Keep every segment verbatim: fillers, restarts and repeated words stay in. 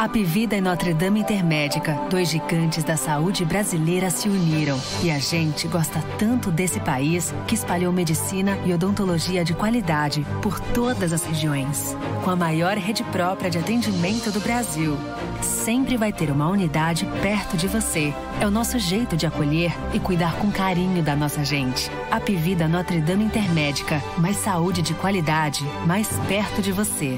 Apivida e Notre Dame Intermédica, dois gigantes da saúde brasileira, se uniram. E a gente gosta tanto desse país que espalhou medicina e odontologia de qualidade por todas as regiões. Com a maior rede própria de atendimento do Brasil. Sempre vai ter uma unidade perto de você. É o nosso jeito de acolher e cuidar com carinho da nossa gente. Apivida Notre Dame Intermédica, mais saúde de qualidade, mais perto de você.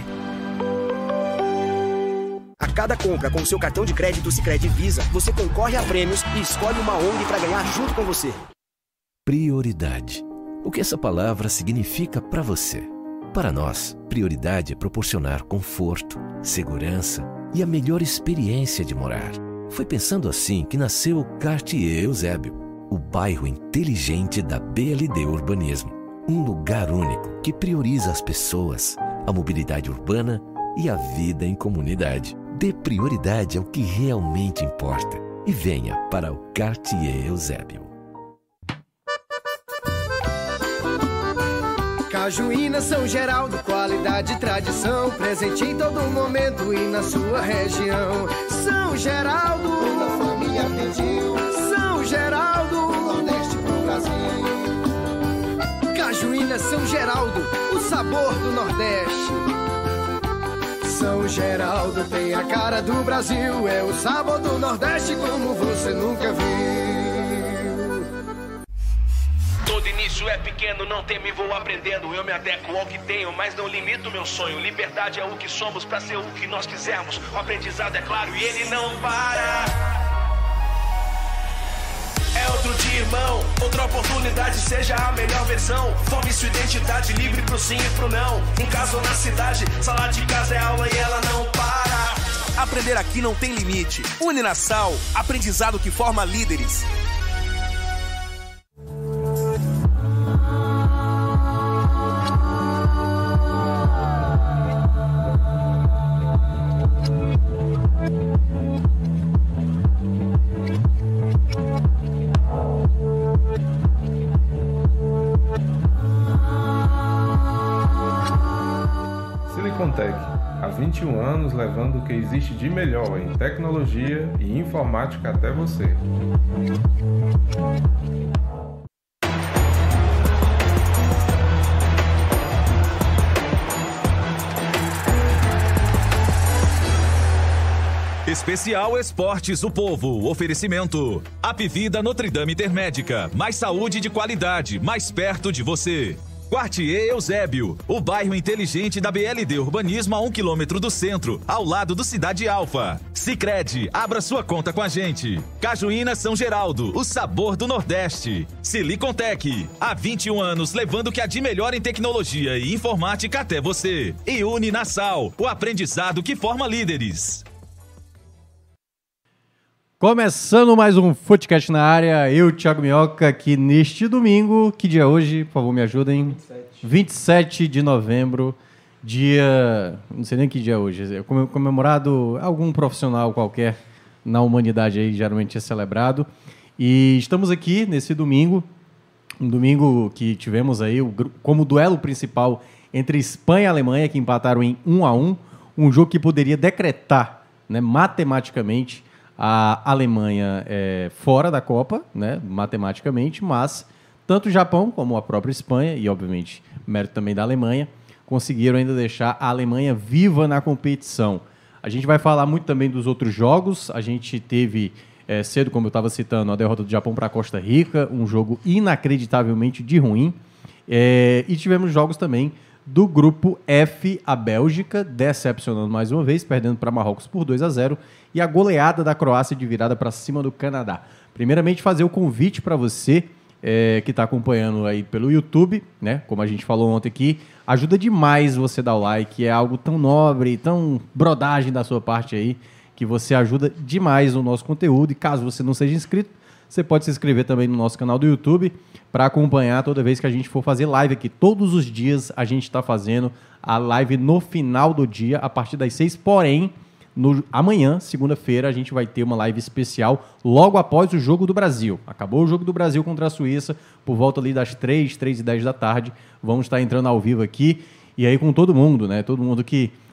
A cada compra com o seu cartão de crédito Sicredi Visa, você concorre a prêmios e escolhe uma O N G para ganhar junto com você. Prioridade. O que essa palavra significa para você? Para nós, prioridade é proporcionar conforto, segurança e a melhor experiência de morar. Foi pensando assim que nasceu o Quartier Eusébio, o bairro inteligente da B L D Urbanismo. Um lugar único que prioriza as pessoas, a mobilidade urbana e a vida em comunidade. Dê prioridade ao que realmente importa e venha para o Quartier Eusébio. Cajuína São Geraldo, qualidade e tradição, presente em todo momento e na sua região. São Geraldo, toda a família pediu. São Geraldo, Nordeste pro Brasil. Cajuína São Geraldo, o sabor do Nordeste. São Geraldo tem a cara do Brasil, é o sabor do Nordeste como você nunca viu. Todo início é pequeno, não temo e vou aprendendo. Eu me adequo ao que tenho, mas não limito meu sonho. Liberdade é o que somos pra ser o que nós quisermos. O aprendizado é claro e ele não para. É outro dia, irmão, outra oportunidade, seja a melhor versão. Forme sua identidade, livre pro sim e pro não. Em casa ou na cidade, sala de casa é aula e ela não para. Aprender aqui não tem limite. Uninasal, aprendizado que forma líderes. Há vinte e um anos levando o que existe de melhor em tecnologia e informática até você. Especial Esportes o Povo. Oferecimento. Apivida Notre Dame Intermédica. Mais saúde de qualidade, mais perto de você. Quartier Eusébio, o bairro inteligente da B L D Urbanismo a um quilômetro do centro, ao lado do Cidade Alfa. Sicredi, abra sua conta com a gente. Cajuína São Geraldo, o sabor do Nordeste. Silicontec, há vinte e um anos levando o que há de melhor em tecnologia e informática até você. E Uninasal, o aprendizado que forma líderes. Começando mais um Footcast na área, eu, Thiago Minhoca, aqui neste domingo. Que dia é hoje? Por favor, me ajudem. vinte e sete. vinte e sete de novembro, dia... Não sei nem que dia é hoje. É comemorado algum profissional qualquer na humanidade aí, geralmente é celebrado. E estamos aqui nesse domingo, um domingo que tivemos aí como duelo principal entre Espanha e Alemanha, que empataram em um a um. Um jogo que poderia decretar, né, matematicamente, a Alemanha é, fora da Copa, né, matematicamente, mas tanto o Japão como a própria Espanha, e obviamente mérito também da Alemanha, conseguiram ainda deixar a Alemanha viva na competição. A gente vai falar muito também dos outros jogos. A gente teve é, cedo, como eu estava citando, a derrota do Japão para a Costa Rica, um jogo inacreditavelmente de ruim. É, e tivemos jogos também do grupo F, a Bélgica, decepcionando mais uma vez, perdendo para Marrocos por dois a zero, e a goleada da Croácia de virada para cima do Canadá. Primeiramente, fazer o convite para você é, que está acompanhando aí pelo YouTube, né? Como a gente falou ontem aqui, ajuda demais você dar o like, é algo tão nobre, tão brodagem da sua parte aí, que você ajuda demais no nosso conteúdo. E caso você não seja inscrito, você pode se inscrever também no nosso canal do YouTube para acompanhar toda vez que a gente for fazer live aqui. Todos os dias a gente está fazendo a live no final do dia, a partir das seis. Porém, no, amanhã, segunda-feira, a gente vai ter uma live especial logo após o Jogo do Brasil. Acabou o Jogo do Brasil contra a Suíça, por volta ali das três, três e dez da tarde. Vamos estar entrando ao vivo aqui. E aí com todo mundo, né? Todo mundo que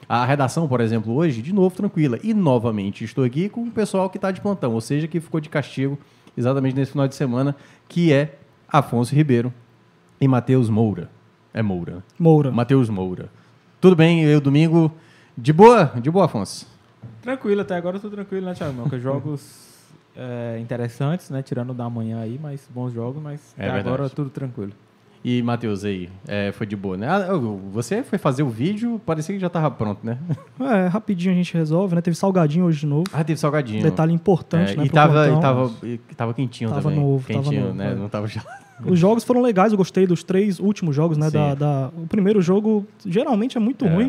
A redação, por exemplo, hoje, de novo, tranquila. E, novamente, estou aqui com o pessoal que está de plantão, ou seja, que ficou de castigo exatamente nesse final de semana, que é Afonso Ribeiro e Matheus Moura. É Moura, né? Moura. Matheus Moura. Tudo bem? Eu, domingo, de boa? De boa, Afonso? Tranquilo, até agora eu tô tranquilo, né, Thiago? Porque jogos é, interessantes, né? Tirando da manhã aí, mas bons jogos, mas É até verdade. agora tudo tranquilo. E, Matheus, aí, é, foi de boa, né? Ah, você foi fazer o vídeo, parecia que já estava pronto, né? É, rapidinho a gente resolve, né? Teve salgadinho hoje de novo. Ah, teve salgadinho. Detalhe importante, É, né? e, pro tava, plantão. e, tava, e tava quentinho Tava também. novo, tava quentinho, novo, né? é. Não tava gelado. Os jogos foram legais, eu gostei dos três últimos jogos, né? Sim. Da, da- O primeiro jogo geralmente é muito É. ruim,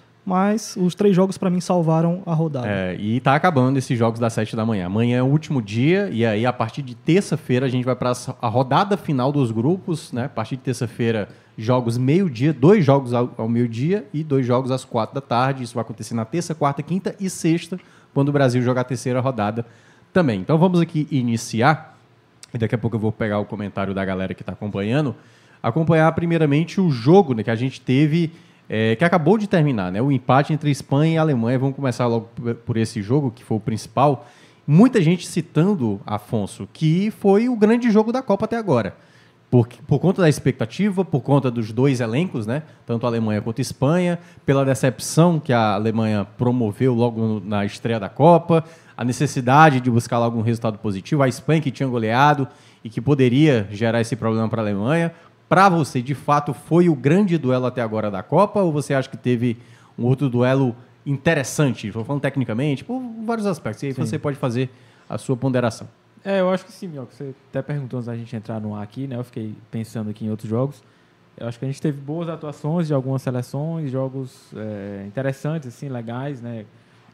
mas os três jogos pra mim salvaram a rodada. É, e tá acabando esses jogos das sete da manhã. Amanhã é o último dia, e aí a partir de terça-feira a gente vai para a rodada final dos grupos, né? A partir de terça-feira, jogos meio-dia, dois jogos ao, ao meio-dia e dois jogos às quatro da tarde. Isso vai acontecer na terça, quarta, quinta e sexta, quando o Brasil jogar a terceira rodada também. Então vamos aqui iniciar, e daqui a pouco eu vou pegar o comentário da galera que está acompanhando, acompanhar primeiramente o jogo, né, que a gente teve, é, que acabou de terminar, né, o empate entre Espanha e Alemanha. Vamos começar logo por- por esse jogo, que foi o principal. Muita gente citando, Afonso, que foi o grande jogo da Copa até agora. Por, por conta da expectativa, por conta dos dois elencos, né? Tanto a Alemanha quanto a Espanha, pela decepção que a Alemanha promoveu logo no- na estreia da Copa, a necessidade de buscar logo um resultado positivo, a Espanha que tinha goleado e que poderia gerar esse problema para a Alemanha. Para você, de fato, foi o grande duelo até agora da Copa, ou você acha que teve um outro duelo interessante? Estou falando tecnicamente, por vários aspectos. E aí Sim. você pode fazer a sua ponderação. É, eu acho que sim, Mioca. Você até perguntou antes da gente entrar no ar aqui, né? Eu fiquei pensando aqui em outros jogos. Eu acho que a gente teve boas atuações de algumas seleções, jogos é, interessantes, assim, legais, né?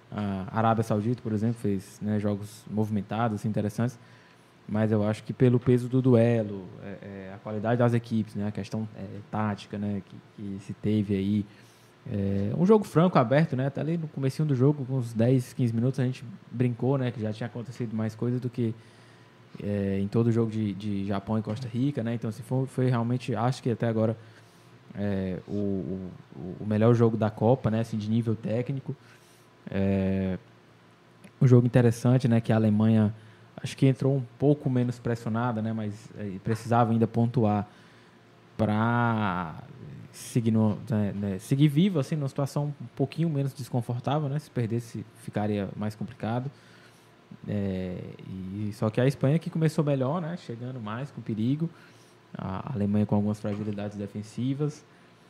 A Arábia Saudita, por exemplo, fez, né, jogos movimentados, assim, interessantes. Mas eu acho que pelo peso do duelo, é, é, a qualidade das equipes, né? A questão é, tática, né? Que, que se teve aí. É, um jogo franco, aberto, né? Até ali no comecinho do jogo, com uns dez, quinze minutos, a gente brincou, né? Que já tinha acontecido mais coisa do que é, em todo o jogo de, de Japão e Costa Rica, né? Então, assim, foi, foi realmente, acho que até agora, é, o, o, o melhor jogo da Copa, né? Assim, de nível técnico. É, um jogo interessante, né? Que a Alemanha, acho que entrou um pouco menos pressionada, né? Mas é, precisava ainda pontuar para seguir, no, né, né, seguir vivo, assim, numa situação um pouquinho menos desconfortável, né? Se perdesse, ficaria mais complicado. É, e, só que a Espanha que começou melhor, né? Chegando mais com perigo. A Alemanha com algumas fragilidades defensivas.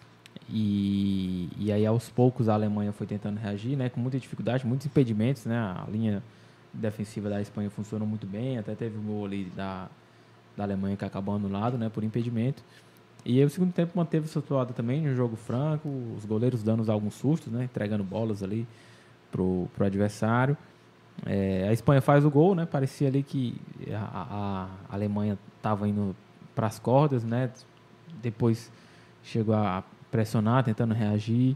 E, e aí, aos poucos, a Alemanha foi tentando reagir, né? Com muita dificuldade, muitos impedimentos, né? A linha defensiva da Espanha funcionou muito bem. Até teve um gol ali da, da Alemanha que acabou anulado, né? Por impedimento. E aí, o segundo tempo manteve o seu lado também, um jogo franco, os goleiros dando alguns sustos, né? Entregando bolas ali pro, pro adversário. É, a Espanha faz o gol, né? Parecia ali que a, a Alemanha estava indo para as cordas, né? Depois chegou a pressionar, tentando reagir,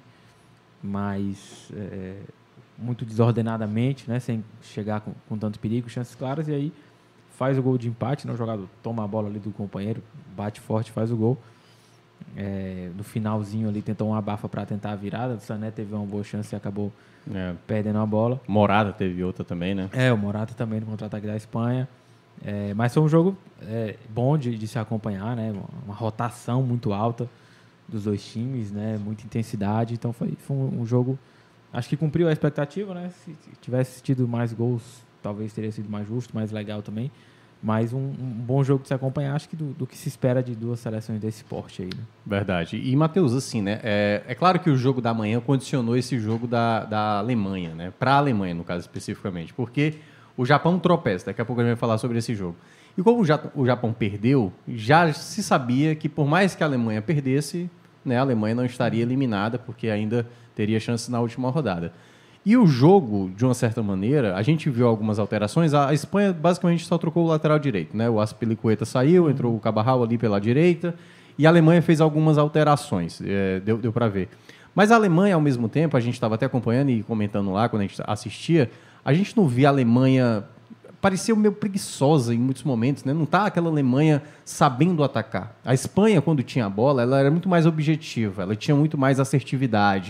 mas é, muito desordenadamente, né? Sem chegar com, com tanto perigo, chances claras, e aí faz o gol de empate, né? O jogador toma a bola ali do companheiro, bate forte, faz o gol. É, no finalzinho ali tentou uma abafa para tentar a virada, o Sané teve uma boa chance e acabou É. perdendo a bola. Morata teve outra também, né? É, o Morata também no contra-ataque da Espanha. É, mas foi um jogo é, bom de, de se acompanhar, né? Uma, uma rotação muito alta dos dois times, né? Muita intensidade. Então foi, foi um, um jogo, acho que cumpriu a expectativa, né? Se tivesse tido mais gols, talvez teria sido mais justo, mais legal também. Mas um, um bom jogo de se acompanhar, acho que do, do que se espera de duas seleções desse porte aí, né? Verdade. E, Matheus, assim, né? É, é claro que o jogo da manhã condicionou esse jogo da, da Alemanha, né? Para a Alemanha, no caso, especificamente. Porque o Japão tropeça. Daqui a pouco a gente vai falar sobre esse jogo. E como o Japão, o Japão perdeu, já se sabia que, por mais que a Alemanha perdesse, né, a Alemanha não estaria eliminada, porque ainda teria chance na última rodada. E o jogo, de uma certa maneira, a gente viu algumas alterações. A Espanha basicamente só trocou o lateral direito, né? O Azpilicueta saiu, entrou o Carvajal ali pela direita, e a Alemanha fez algumas alterações, é, deu, deu para ver. Mas a Alemanha, ao mesmo tempo, a gente estava até acompanhando e comentando lá, quando a gente assistia, a gente não via a Alemanha, parecia meio preguiçosa em muitos momentos, né? Não tá aquela Alemanha sabendo atacar. A Espanha, quando tinha a bola, ela era muito mais objetiva, ela tinha muito mais assertividade,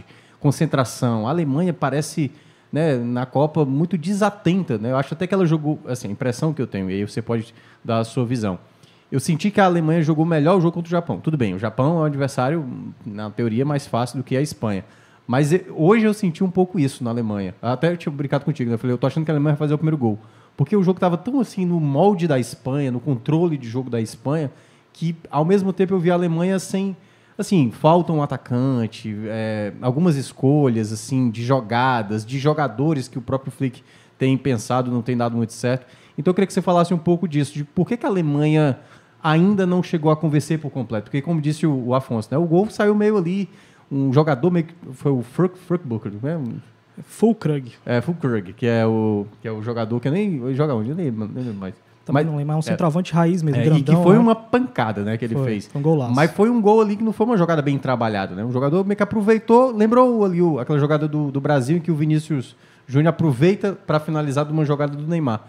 concentração. A Alemanha parece, né, na Copa muito desatenta, né? Eu acho até que ela jogou, assim, a impressão que eu tenho, e aí você pode dar a sua visão. Eu senti que a Alemanha jogou melhor o jogo contra o Japão. Tudo bem, o Japão é um adversário, na teoria, mais fácil do que a Espanha. Mas hoje eu senti um pouco isso na Alemanha. Até eu tinha brincado contigo, né? Eu falei, eu tô achando que a Alemanha vai fazer o primeiro gol. Porque o jogo estava tão assim no molde da Espanha, no controle de jogo da Espanha, que ao mesmo tempo eu vi a Alemanha sem... Assim, falta um atacante, é, algumas escolhas assim, de jogadas, de jogadores que o próprio Flick tem pensado, não tem dado muito certo. Então eu queria que você falasse um pouco disso, de por que, que a Alemanha ainda não chegou a convencer por completo. Porque, como disse o, o Afonso, né, o gol saiu meio ali, um jogador meio que... Foi o Füllkrug, né? Füllkrug. É, Füllkrug, que é o, que é o jogador que eu nem... Ele joga onde? Eu nem, nem lembro mais. Também mas, não lembro, mas é um centroavante é, raiz mesmo, é, grandão. E que foi né? uma pancada, né, que ele foi, fez. Foi um golaço. Mas foi um gol ali que não foi uma jogada bem trabalhada, né? Um jogador meio que aproveitou, lembrou ali o, aquela jogada do, do Brasil em que o Vinícius Júnior aproveita para finalizar de uma jogada do Neymar.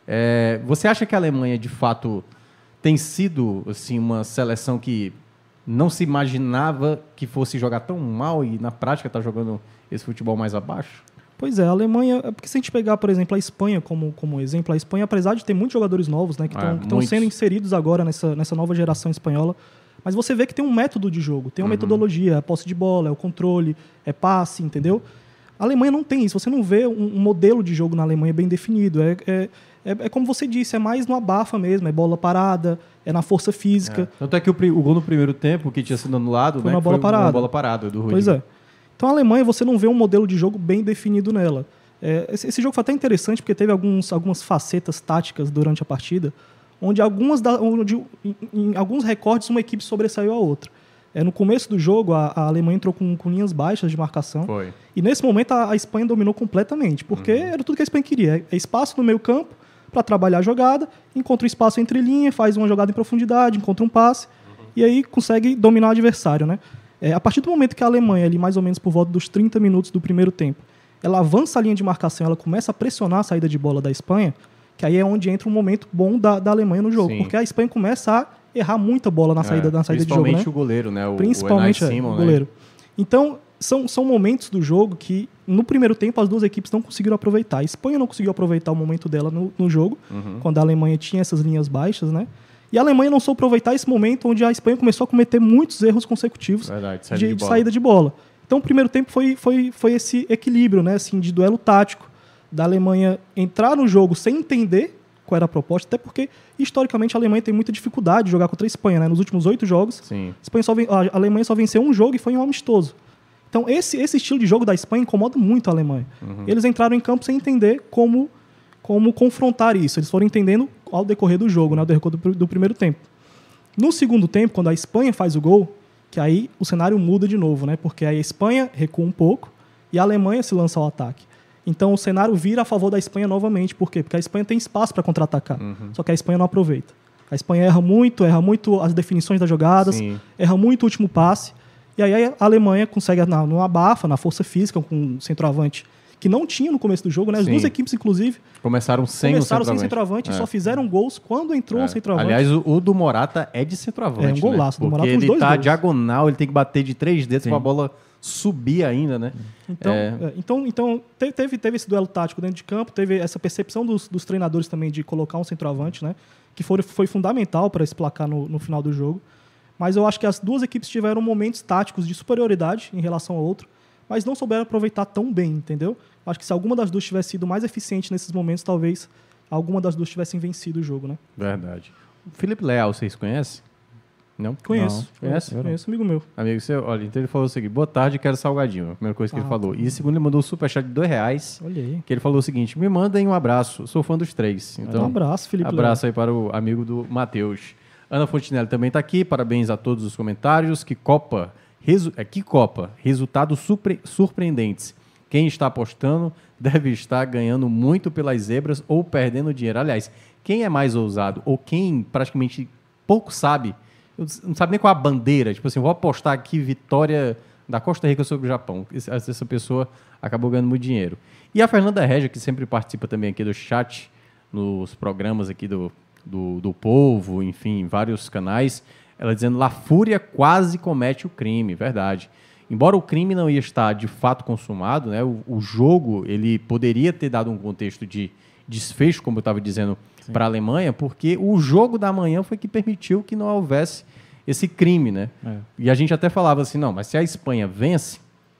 É, você acha que a Alemanha, de fato, tem sido assim, uma seleção que não se imaginava que fosse jogar tão mal e, na prática, está jogando esse futebol mais abaixo? Pois é, a Alemanha... Porque se a gente pegar, por exemplo, a Espanha como, como exemplo, a Espanha, apesar de ter muitos jogadores novos, né, que estão é, sendo inseridos agora nessa, nessa nova geração espanhola, mas você vê que tem um método de jogo, tem uma uhum. metodologia, é a posse de bola, é o controle, é passe, entendeu? A Alemanha não tem isso, você não vê um, um modelo de jogo na Alemanha bem definido, é, é, é, é como você disse, é mais no abafa mesmo, é bola parada, é na força física. É. Tanto é que o, o gol no primeiro tempo, que tinha sido anulado, foi né, uma bola foi parada. uma bola parada do Rudiger. Pois é. Então, a Alemanha, você não vê um modelo de jogo bem definido nela. É, esse, esse jogo foi até interessante, porque teve alguns, algumas facetas táticas durante a partida, onde, algumas da, onde em, em alguns recortes uma equipe sobressaiu a outra. É, no começo do jogo, a, a Alemanha entrou com, com linhas baixas de marcação. Foi. E nesse momento, a, a Espanha dominou completamente, porque uhum. era tudo que a Espanha queria. É espaço no meio campo para trabalhar a jogada, encontra um espaço entre linha, faz uma jogada em profundidade, encontra um passe, uhum. e aí consegue dominar o adversário, né? É, a partir do momento que a Alemanha, ali, mais ou menos por volta dos trinta minutos do primeiro tempo, ela avança a linha de marcação, ela começa a pressionar a saída de bola da Espanha, que aí é onde entra um momento bom da, da Alemanha no jogo. Sim. Porque a Espanha começa a errar muita bola na saída, é, na saída de jogo. Principalmente né? o goleiro, né? O, principalmente o, é, Simon, o goleiro. Né? Então, são, são momentos do jogo que, no primeiro tempo, as duas equipes não conseguiram aproveitar. A Espanha não conseguiu aproveitar o momento dela no, no jogo, uhum. quando a Alemanha tinha essas linhas baixas, né? E a Alemanha não soube aproveitar esse momento onde a Espanha começou a cometer muitos erros consecutivos Verdade, saída de, de, de bola. saída de bola. Então, o primeiro tempo foi, foi, foi esse equilíbrio, né, assim, de duelo tático, da Alemanha entrar no jogo sem entender qual era a proposta, até porque, historicamente, a Alemanha tem muita dificuldade de jogar contra a Espanha. Né? Nos últimos oito jogos, Sim. A, Espanha só, a Alemanha só venceu um jogo e foi um amistoso. Então, esse, esse estilo de jogo da Espanha incomoda muito a Alemanha. Uhum. Eles entraram em campo sem entender como, como confrontar isso. Eles foram entendendo ao decorrer do jogo, né, ao decorrer do, do primeiro tempo. No segundo tempo, quando a Espanha faz o gol, que aí o cenário muda de novo, né? Porque aí a Espanha recua um pouco e a Alemanha se lança ao ataque. Então o cenário vira a favor da Espanha novamente. Por quê? Porque a Espanha tem espaço para contra-atacar. Uhum. Só que a Espanha não aproveita. A Espanha erra muito, erra muito as definições das jogadas, Sim. erra muito o último passe. E aí a Alemanha consegue, na, no abafa, na força física, com um centroavante que não tinha no começo do jogo, né? As Sim. duas equipes, inclusive, começaram sem começaram o centroavante, sem centroavante é. e só fizeram gols quando entrou o é. centroavante. Aliás, o, o do Morata é de centroavante, é um golaço, né? do Morata, porque uns ele dois tá gols. diagonal, ele tem que bater de três dedos para a bola subir ainda, né? Então, é. É, então, então teve, teve esse duelo tático dentro de campo, teve essa percepção dos, dos treinadores também de colocar um centroavante, né? Que foi, foi fundamental para esse placar no, no final do jogo. Mas eu acho que as duas equipes tiveram momentos táticos de superioridade em relação ao outro, mas não souberam aproveitar tão bem, entendeu? Acho que se alguma das duas tivesse sido mais eficiente nesses momentos, talvez alguma das duas tivessem vencido o jogo, né? Verdade. O Felipe Leal, vocês conhecem? Não? Conheço. Não. Conhece? Conheço, amigo meu. Amigo seu, olha, então ele falou o seguinte: boa tarde, quero salgadinho. A primeira coisa que ah, ele falou. E segundo, ele mandou um superchat de dois reais. Olha aí. Que ele falou o seguinte: me mandem um abraço, sou fã dos três. Então, um abraço, Felipe Abraço Leal. aí para o amigo do Matheus. Ana Fontinelli também está aqui, parabéns a todos os comentários. Que Copa, resu... é, que Copa, resultados surpre... surpreendentes. Quem está apostando deve estar ganhando muito pelas zebras ou perdendo dinheiro. Aliás, quem é mais ousado ou quem praticamente pouco sabe, não sabe nem qual é a bandeira, tipo assim, vou apostar aqui vitória da Costa Rica sobre o Japão. Essa pessoa acabou ganhando muito dinheiro. E a Fernanda Regia, que sempre participa também aqui do chat, nos programas aqui do, do, do Povo, enfim, vários canais, ela dizendo, La Fúria quase comete o crime, verdade. embora o crime não ia estar de fato consumado, né, o, o jogo ele poderia ter dado um contexto de desfecho, como eu estava dizendo, para a Alemanha, porque o jogo da manhã foi que permitiu que não houvesse esse crime, né? É. E a gente até falava assim, não, mas se a Espanha vence,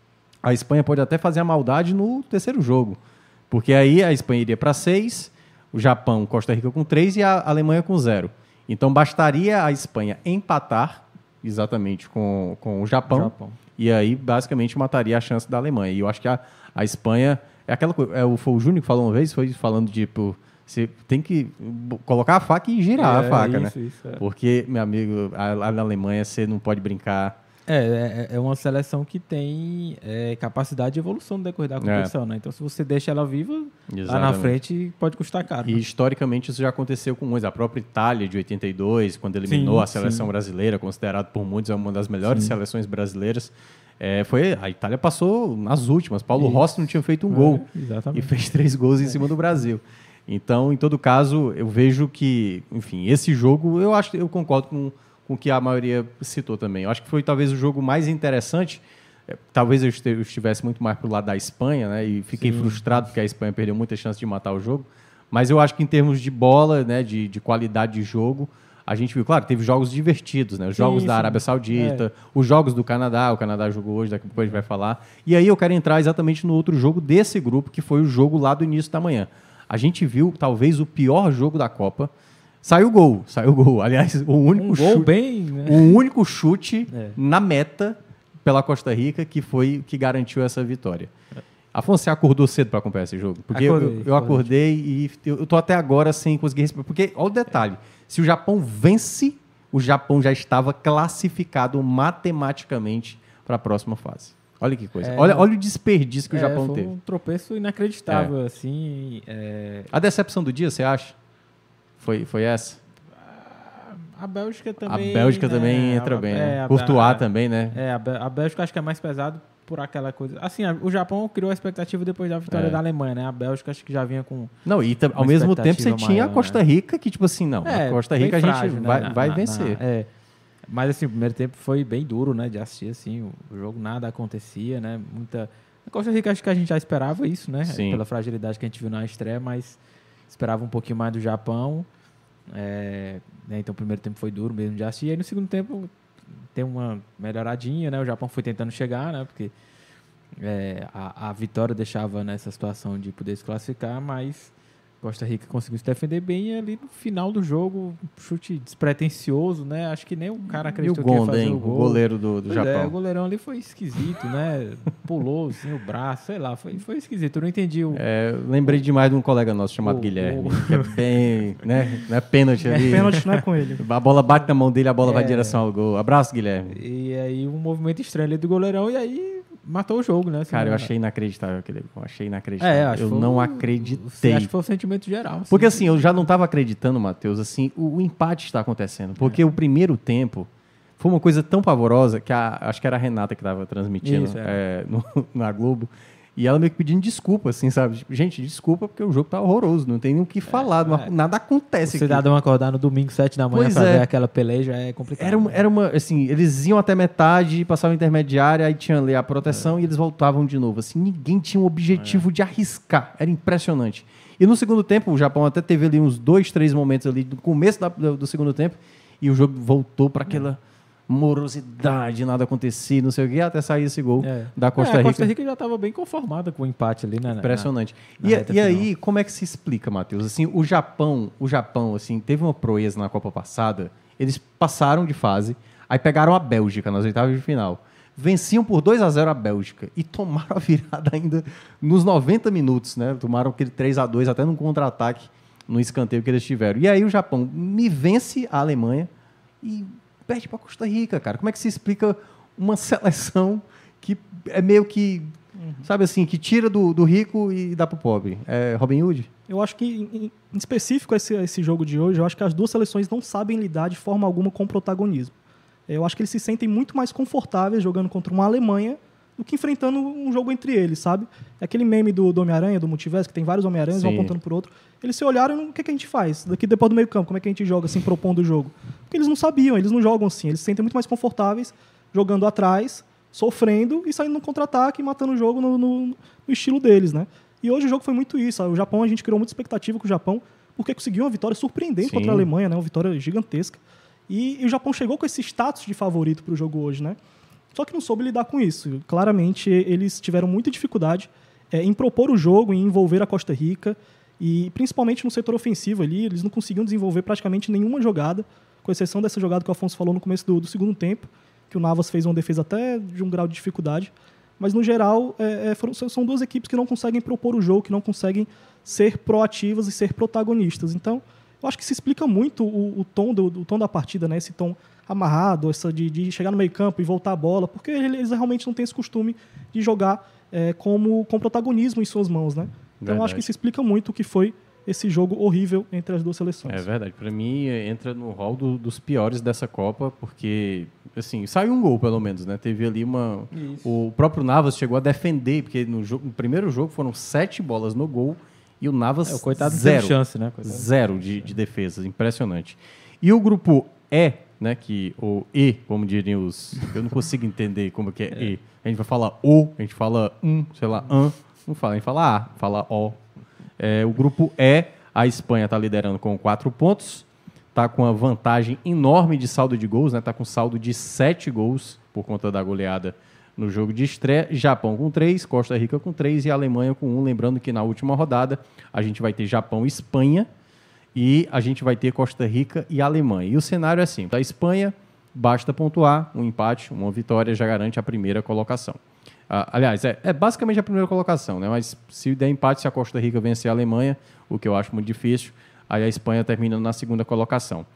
a Espanha pode até fazer a maldade no terceiro jogo, porque aí a Espanha iria para seis, o Japão, Costa Rica com três e a Alemanha com zero. Então bastaria a Espanha empatar exatamente com, com o Japão, Japão, e aí basicamente mataria a chance da Alemanha. E eu acho que a, a Espanha é aquela coisa, é, foi o Júnior que falou uma vez, foi falando de tipo, você tem que colocar a faca e girar é, a faca, isso, né? Isso, é. Porque, meu amigo, a, a Alemanha você não pode brincar. É, é, é uma seleção que tem é, capacidade de evolução no decorrer da competição, é. né? Então, se você deixa ela viva, exatamente, lá na frente pode custar caro. E, né? historicamente, isso já aconteceu com muitos. A própria Itália, de oitenta e dois, quando eliminou sim, a seleção sim. brasileira, considerada por muitos uma das melhores sim. seleções brasileiras, é, foi, a Itália passou nas últimas. Paulo isso. Rossi não tinha feito um é, gol. Exatamente. E fez três gols em é. cima do Brasil. Então, em todo caso, eu vejo que, enfim, esse jogo, eu acho, eu concordo com com o que a maioria citou também. Eu acho que foi talvez o jogo mais interessante. Talvez eu estivesse muito mais pro lado da Espanha, né? E fiquei sim. frustrado porque a Espanha perdeu muita chance de matar o jogo. Mas eu acho que em termos de bola, né, de, de qualidade de jogo, a gente viu, claro, teve jogos divertidos, né? Os jogos sim, da Arábia Saudita, é. os jogos do Canadá, o Canadá jogou hoje, daqui a pouco a gente vai falar. E aí eu quero entrar exatamente no outro jogo desse grupo, que foi o jogo lá do início da manhã. A gente viu talvez o pior jogo da Copa. Saiu gol, saiu gol. Aliás, o único um chute, gol bem, né? o único chute é. na meta pela Costa Rica que foi o que garantiu essa vitória. É. Afonso, você acordou cedo para acompanhar esse jogo? Porque acordei, eu, eu acordei e eu tô até agora sem conseguir respirar. Porque, olha o detalhe, se o Japão vence, o Japão já estava classificado matematicamente para a próxima fase. Olha que coisa. É, olha, olha o desperdício que é, o Japão foi teve. Um tropeço inacreditável, é. assim. É... A decepção do dia, você acha? Foi, foi essa? A Bélgica também... A Bélgica né? também entra a, bem, é, né? Courtois a, também, né? É, a, a Bélgica acho que é mais pesado por aquela coisa... Assim, a, o Japão criou a expectativa depois da vitória é. da Alemanha, né? A Bélgica acho que já vinha com... Não, e tam, ao mesmo tempo você tinha maior, a Costa Rica, né? que tipo assim, não, é, a Costa Rica a gente frágil, vai, né? vai na, vencer. Na, é. Mas assim, o primeiro tempo foi bem duro, né? De assistir, assim, o, o jogo nada acontecia, né? Muita... A Costa Rica acho que a gente já esperava isso, né? Sim. Pela fragilidade que a gente viu na estreia, mas esperava um pouquinho mais do Japão. É, né, então o primeiro tempo foi duro mesmo de assistir, e aí no segundo tempo tem uma melhoradinha, né? O Japão foi tentando chegar, né? Porque é, a, a vitória deixava nessa situação de poder se classificar, mas Costa Rica conseguiu se defender bem e ali no final do jogo, chute despretensioso, né? Acho que nem o cara acreditou e o Gonda, que ia fazer hein? o gol. O goleiro do, do Japão. É, o goleirão ali foi esquisito, né? Pulou assim o braço, sei lá, foi, foi esquisito. Eu não entendi o... É, lembrei demais de um colega nosso chamado o, Guilherme, o... que é bem, né? Não é pênalti ali. É pênalti, não é com ele. A bola bate na mão dele, a bola é... vai em direção ao gol. Abraço, Guilherme. E aí um movimento estranho ali do goleirão e aí matou o jogo, né? Cara, eu achei inacreditável aquele gol. Achei inacreditável. É, eu não acreditei. Acho que foi o sentimento geral. Assim. Porque assim, eu já não estava acreditando, Matheus, assim, o, o empate está acontecendo. Porque é. o primeiro tempo foi uma coisa tão pavorosa que a, acho que era a Renata que estava transmitindo Isso, é. É, no, na Globo. E ela meio que pedindo desculpa, assim, sabe? Tipo, gente, desculpa porque o jogo tá horroroso, não tem nem o que falar, é, é. nada acontece. O cidadão acordar no domingo, sete da manhã, pois pra é. ver aquela peleja é complicado. Era uma, era uma, assim, eles iam até metade, passavam intermediária, aí tinha ali a proteção é. e eles voltavam de novo. Assim, ninguém tinha um objetivo é. de arriscar, era impressionante. E no segundo tempo, o Japão até teve ali uns dois, três momentos ali do começo da, do, do segundo tempo, e o jogo voltou para aquela... É. morosidade, nada acontecia, não sei o que, até sair esse gol é. da Costa Rica. É, a Costa Rica já estava bem conformada com o empate ali, né? Impressionante. Na, na, na e e aí, como é que se explica, Matheus? Assim, o Japão, o Japão, assim, teve uma proeza na Copa passada, eles passaram de fase, aí pegaram a Bélgica nas oitavas de final, venciam por dois a zero a Bélgica e tomaram a virada ainda nos noventa minutos, né? Tomaram aquele três a dois até num contra-ataque, no escanteio que eles tiveram. E aí o Japão me vence a Alemanha e perde para Costa Rica, cara. Como é que se explica uma seleção que é meio que, uhum. sabe assim, que tira do, do rico e dá pro pobre? É Robin Hood? Eu acho que, em, em específico, esse, esse jogo de hoje, eu acho que as duas seleções não sabem lidar de forma alguma com o protagonismo. Eu acho que eles se sentem muito mais confortáveis jogando contra uma Alemanha do que enfrentando um jogo entre eles, sabe? É aquele meme do, do Homem-Aranha, do multiverso, que tem vários Homem-Aranhas, vão apontando por outro. Eles se olharam e o que, é que a gente faz? Daqui depois do meio campo, como é que a gente joga assim, propondo o jogo? Porque eles não sabiam, eles não jogam assim. Eles se sentem muito mais confortáveis jogando atrás, sofrendo e saindo no contra-ataque e matando o jogo no, no, no estilo deles, né? E hoje o jogo foi muito isso. O Japão, a gente criou muita expectativa com o Japão, porque conseguiu uma vitória surpreendente Sim. contra a Alemanha, né? Uma vitória gigantesca. E, e o Japão chegou com esse status de favorito para o jogo hoje, né? Só que não soube lidar com isso. Claramente, eles tiveram muita dificuldade é, em propor o jogo, em envolver a Costa Rica, e principalmente no setor ofensivo ali, eles não conseguiam desenvolver praticamente nenhuma jogada, com exceção dessa jogada que o Afonso falou no começo do, do segundo tempo, que o Navas fez uma defesa até de um grau de dificuldade. Mas, no geral, é, é, foram, são duas equipes que não conseguem propor o jogo, que não conseguem ser proativas e ser protagonistas. Então, eu acho que se explica muito o, o, tom, do, o tom da partida, né? Esse tom amarrado, essa de, de chegar no meio campo e voltar a bola, porque eles realmente não têm esse costume de jogar é, como, com protagonismo em suas mãos, né? Então, eu acho que isso explica muito o que foi esse jogo horrível entre as duas seleções. É verdade. Para mim, entra no hall do, dos piores dessa Copa, porque, assim, saiu um gol, pelo menos, né? Teve ali uma... Isso. O próprio Navas chegou a defender, porque no, jogo, no primeiro jogo foram sete bolas no gol e o Navas é, o coitado zero. Não teve chance, né? Coitado. Zero de, de defesas. Impressionante. E o grupo E, né? Que, o E, como diriam os... Eu não consigo entender como que é, é. E. A gente vai falar O, a gente fala um, sei lá, an. Não fala, a gente fala A, fala O. É, o grupo E, a Espanha está liderando com quatro pontos, está com uma vantagem enorme de saldo de gols, está, né, com saldo de sete gols por conta da goleada no jogo de estreia. Japão com três, Costa Rica com três e Alemanha com um. Lembrando que na última rodada a gente vai ter Japão e Espanha e a gente vai ter Costa Rica e Alemanha. E o cenário é assim, a Espanha basta pontuar, um empate, uma vitória já garante a primeira colocação. Ah, aliás, é, é basicamente a primeira colocação, né? Mas se der empate, se a Costa Rica vencer a Alemanha, o que eu acho muito difícil, aí a Espanha termina na segunda colocação.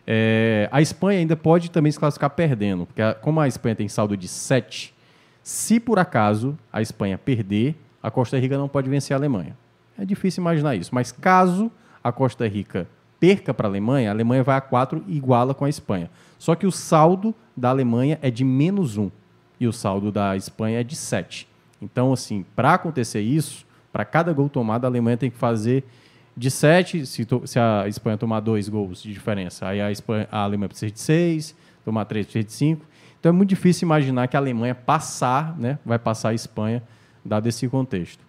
É, a Espanha ainda pode também se classificar perdendo, porque a, como a Espanha tem saldo de sete, se por acaso a Espanha perder, a Costa Rica não pode vencer a Alemanha. É difícil imaginar isso, mas caso a Costa Rica perca para a Alemanha, a Alemanha vai a quatro e iguala com a Espanha. Só que o saldo da Alemanha é de menos um. E o saldo da Espanha é de sete. Então, assim, para acontecer isso, para cada gol tomado, a Alemanha tem que fazer de sete, se, to- se a Espanha tomar dois gols de diferença, aí a, Espanha, a Alemanha precisa de seis, tomar três precisa de cinco. Então, é muito difícil imaginar que a Alemanha passar, né, vai passar a Espanha, dado esse contexto.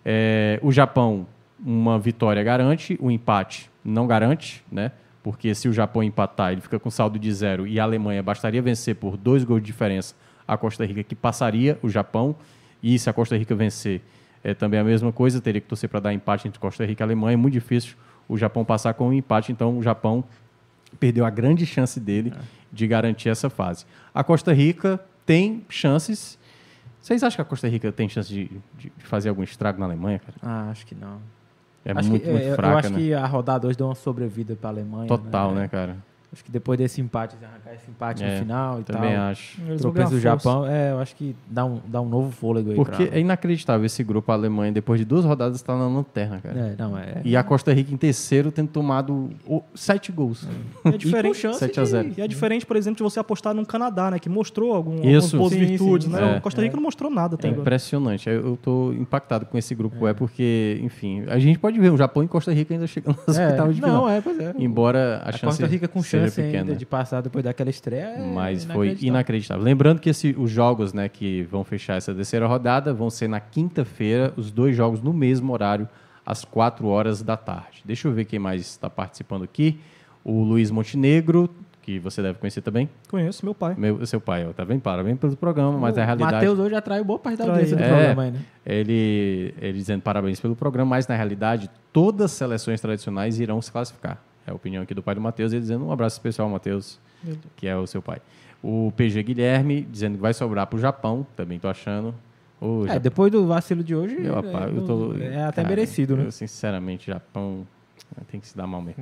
É, o Japão, uma vitória garante, o empate não garante, né, porque se o Japão empatar, ele fica com saldo de zero e a Alemanha bastaria vencer por dois gols de diferença a Costa Rica, que passaria o Japão, e se a Costa Rica vencer, é também a mesma coisa, teria que torcer para dar empate entre Costa Rica e Alemanha, é muito difícil o Japão passar com um empate, então o Japão perdeu a grande chance dele é. de garantir essa fase. A Costa Rica tem chances. Vocês acham que a Costa Rica tem chance de, de fazer algum estrago na Alemanha, cara? Ah, acho que não. É acho muito, que, muito eu, fraca, eu acho né? que a rodada hoje deu uma sobrevida para a Alemanha. Total, né, né cara? Acho que depois desse empate, arrancar esse empate é, no final e também tal. Também acho. Tropeço do Japão, é, eu acho que dá um, dá um novo fôlego aí. Porque pra... é inacreditável esse grupo, a Alemanha, depois de duas rodadas, está na lanterna, cara. É, não, é... E a Costa Rica em terceiro, tendo tomado o, sete gols. É, é diferente, sete a zero. E é diferente, por exemplo, de você apostar num Canadá, né? Que mostrou algum, Isso. algumas boas sim, virtudes, sim, né? é. O Costa Rica é. não mostrou nada até é agora. Impressionante. Eu estou impactado com esse grupo, é. é porque, enfim, a gente pode ver o Japão e Costa Rica ainda chegando nas é. oitavas de final. Não, é, pois é. Embora a, a chance Costa Rica com seja chance pequena. ainda de passar depois daquela estreia. É Mas foi inacreditável. inacreditável. Lembrando que esse, os jogos, né, que vão fechar essa terceira rodada vão ser na quinta-feira, os dois jogos no mesmo horário, às quatro horas da tarde. Deixa eu ver quem mais está participando aqui. O Luiz Montenegro, que você deve conhecer também. Conheço, meu pai. Meu, seu pai, ó, tá bem? Parabéns pelo programa, mas o a realidade... Matheus hoje atraiu boa parte da audiência do é, programa aí, né? Ele, ele dizendo parabéns pelo programa, mas na realidade todas as seleções tradicionais irão se classificar. É a opinião aqui do pai do Matheus, ele dizendo um abraço especial ao Matheus, que é o seu pai. O P G Guilherme dizendo que vai sobrar para o Japão, também tô achando. O é, Japão, depois do vacilo de hoje, meu, rapaz, é, eu tô, é até cara, merecido, né? Eu, sinceramente, Japão tem que se dar mal mesmo.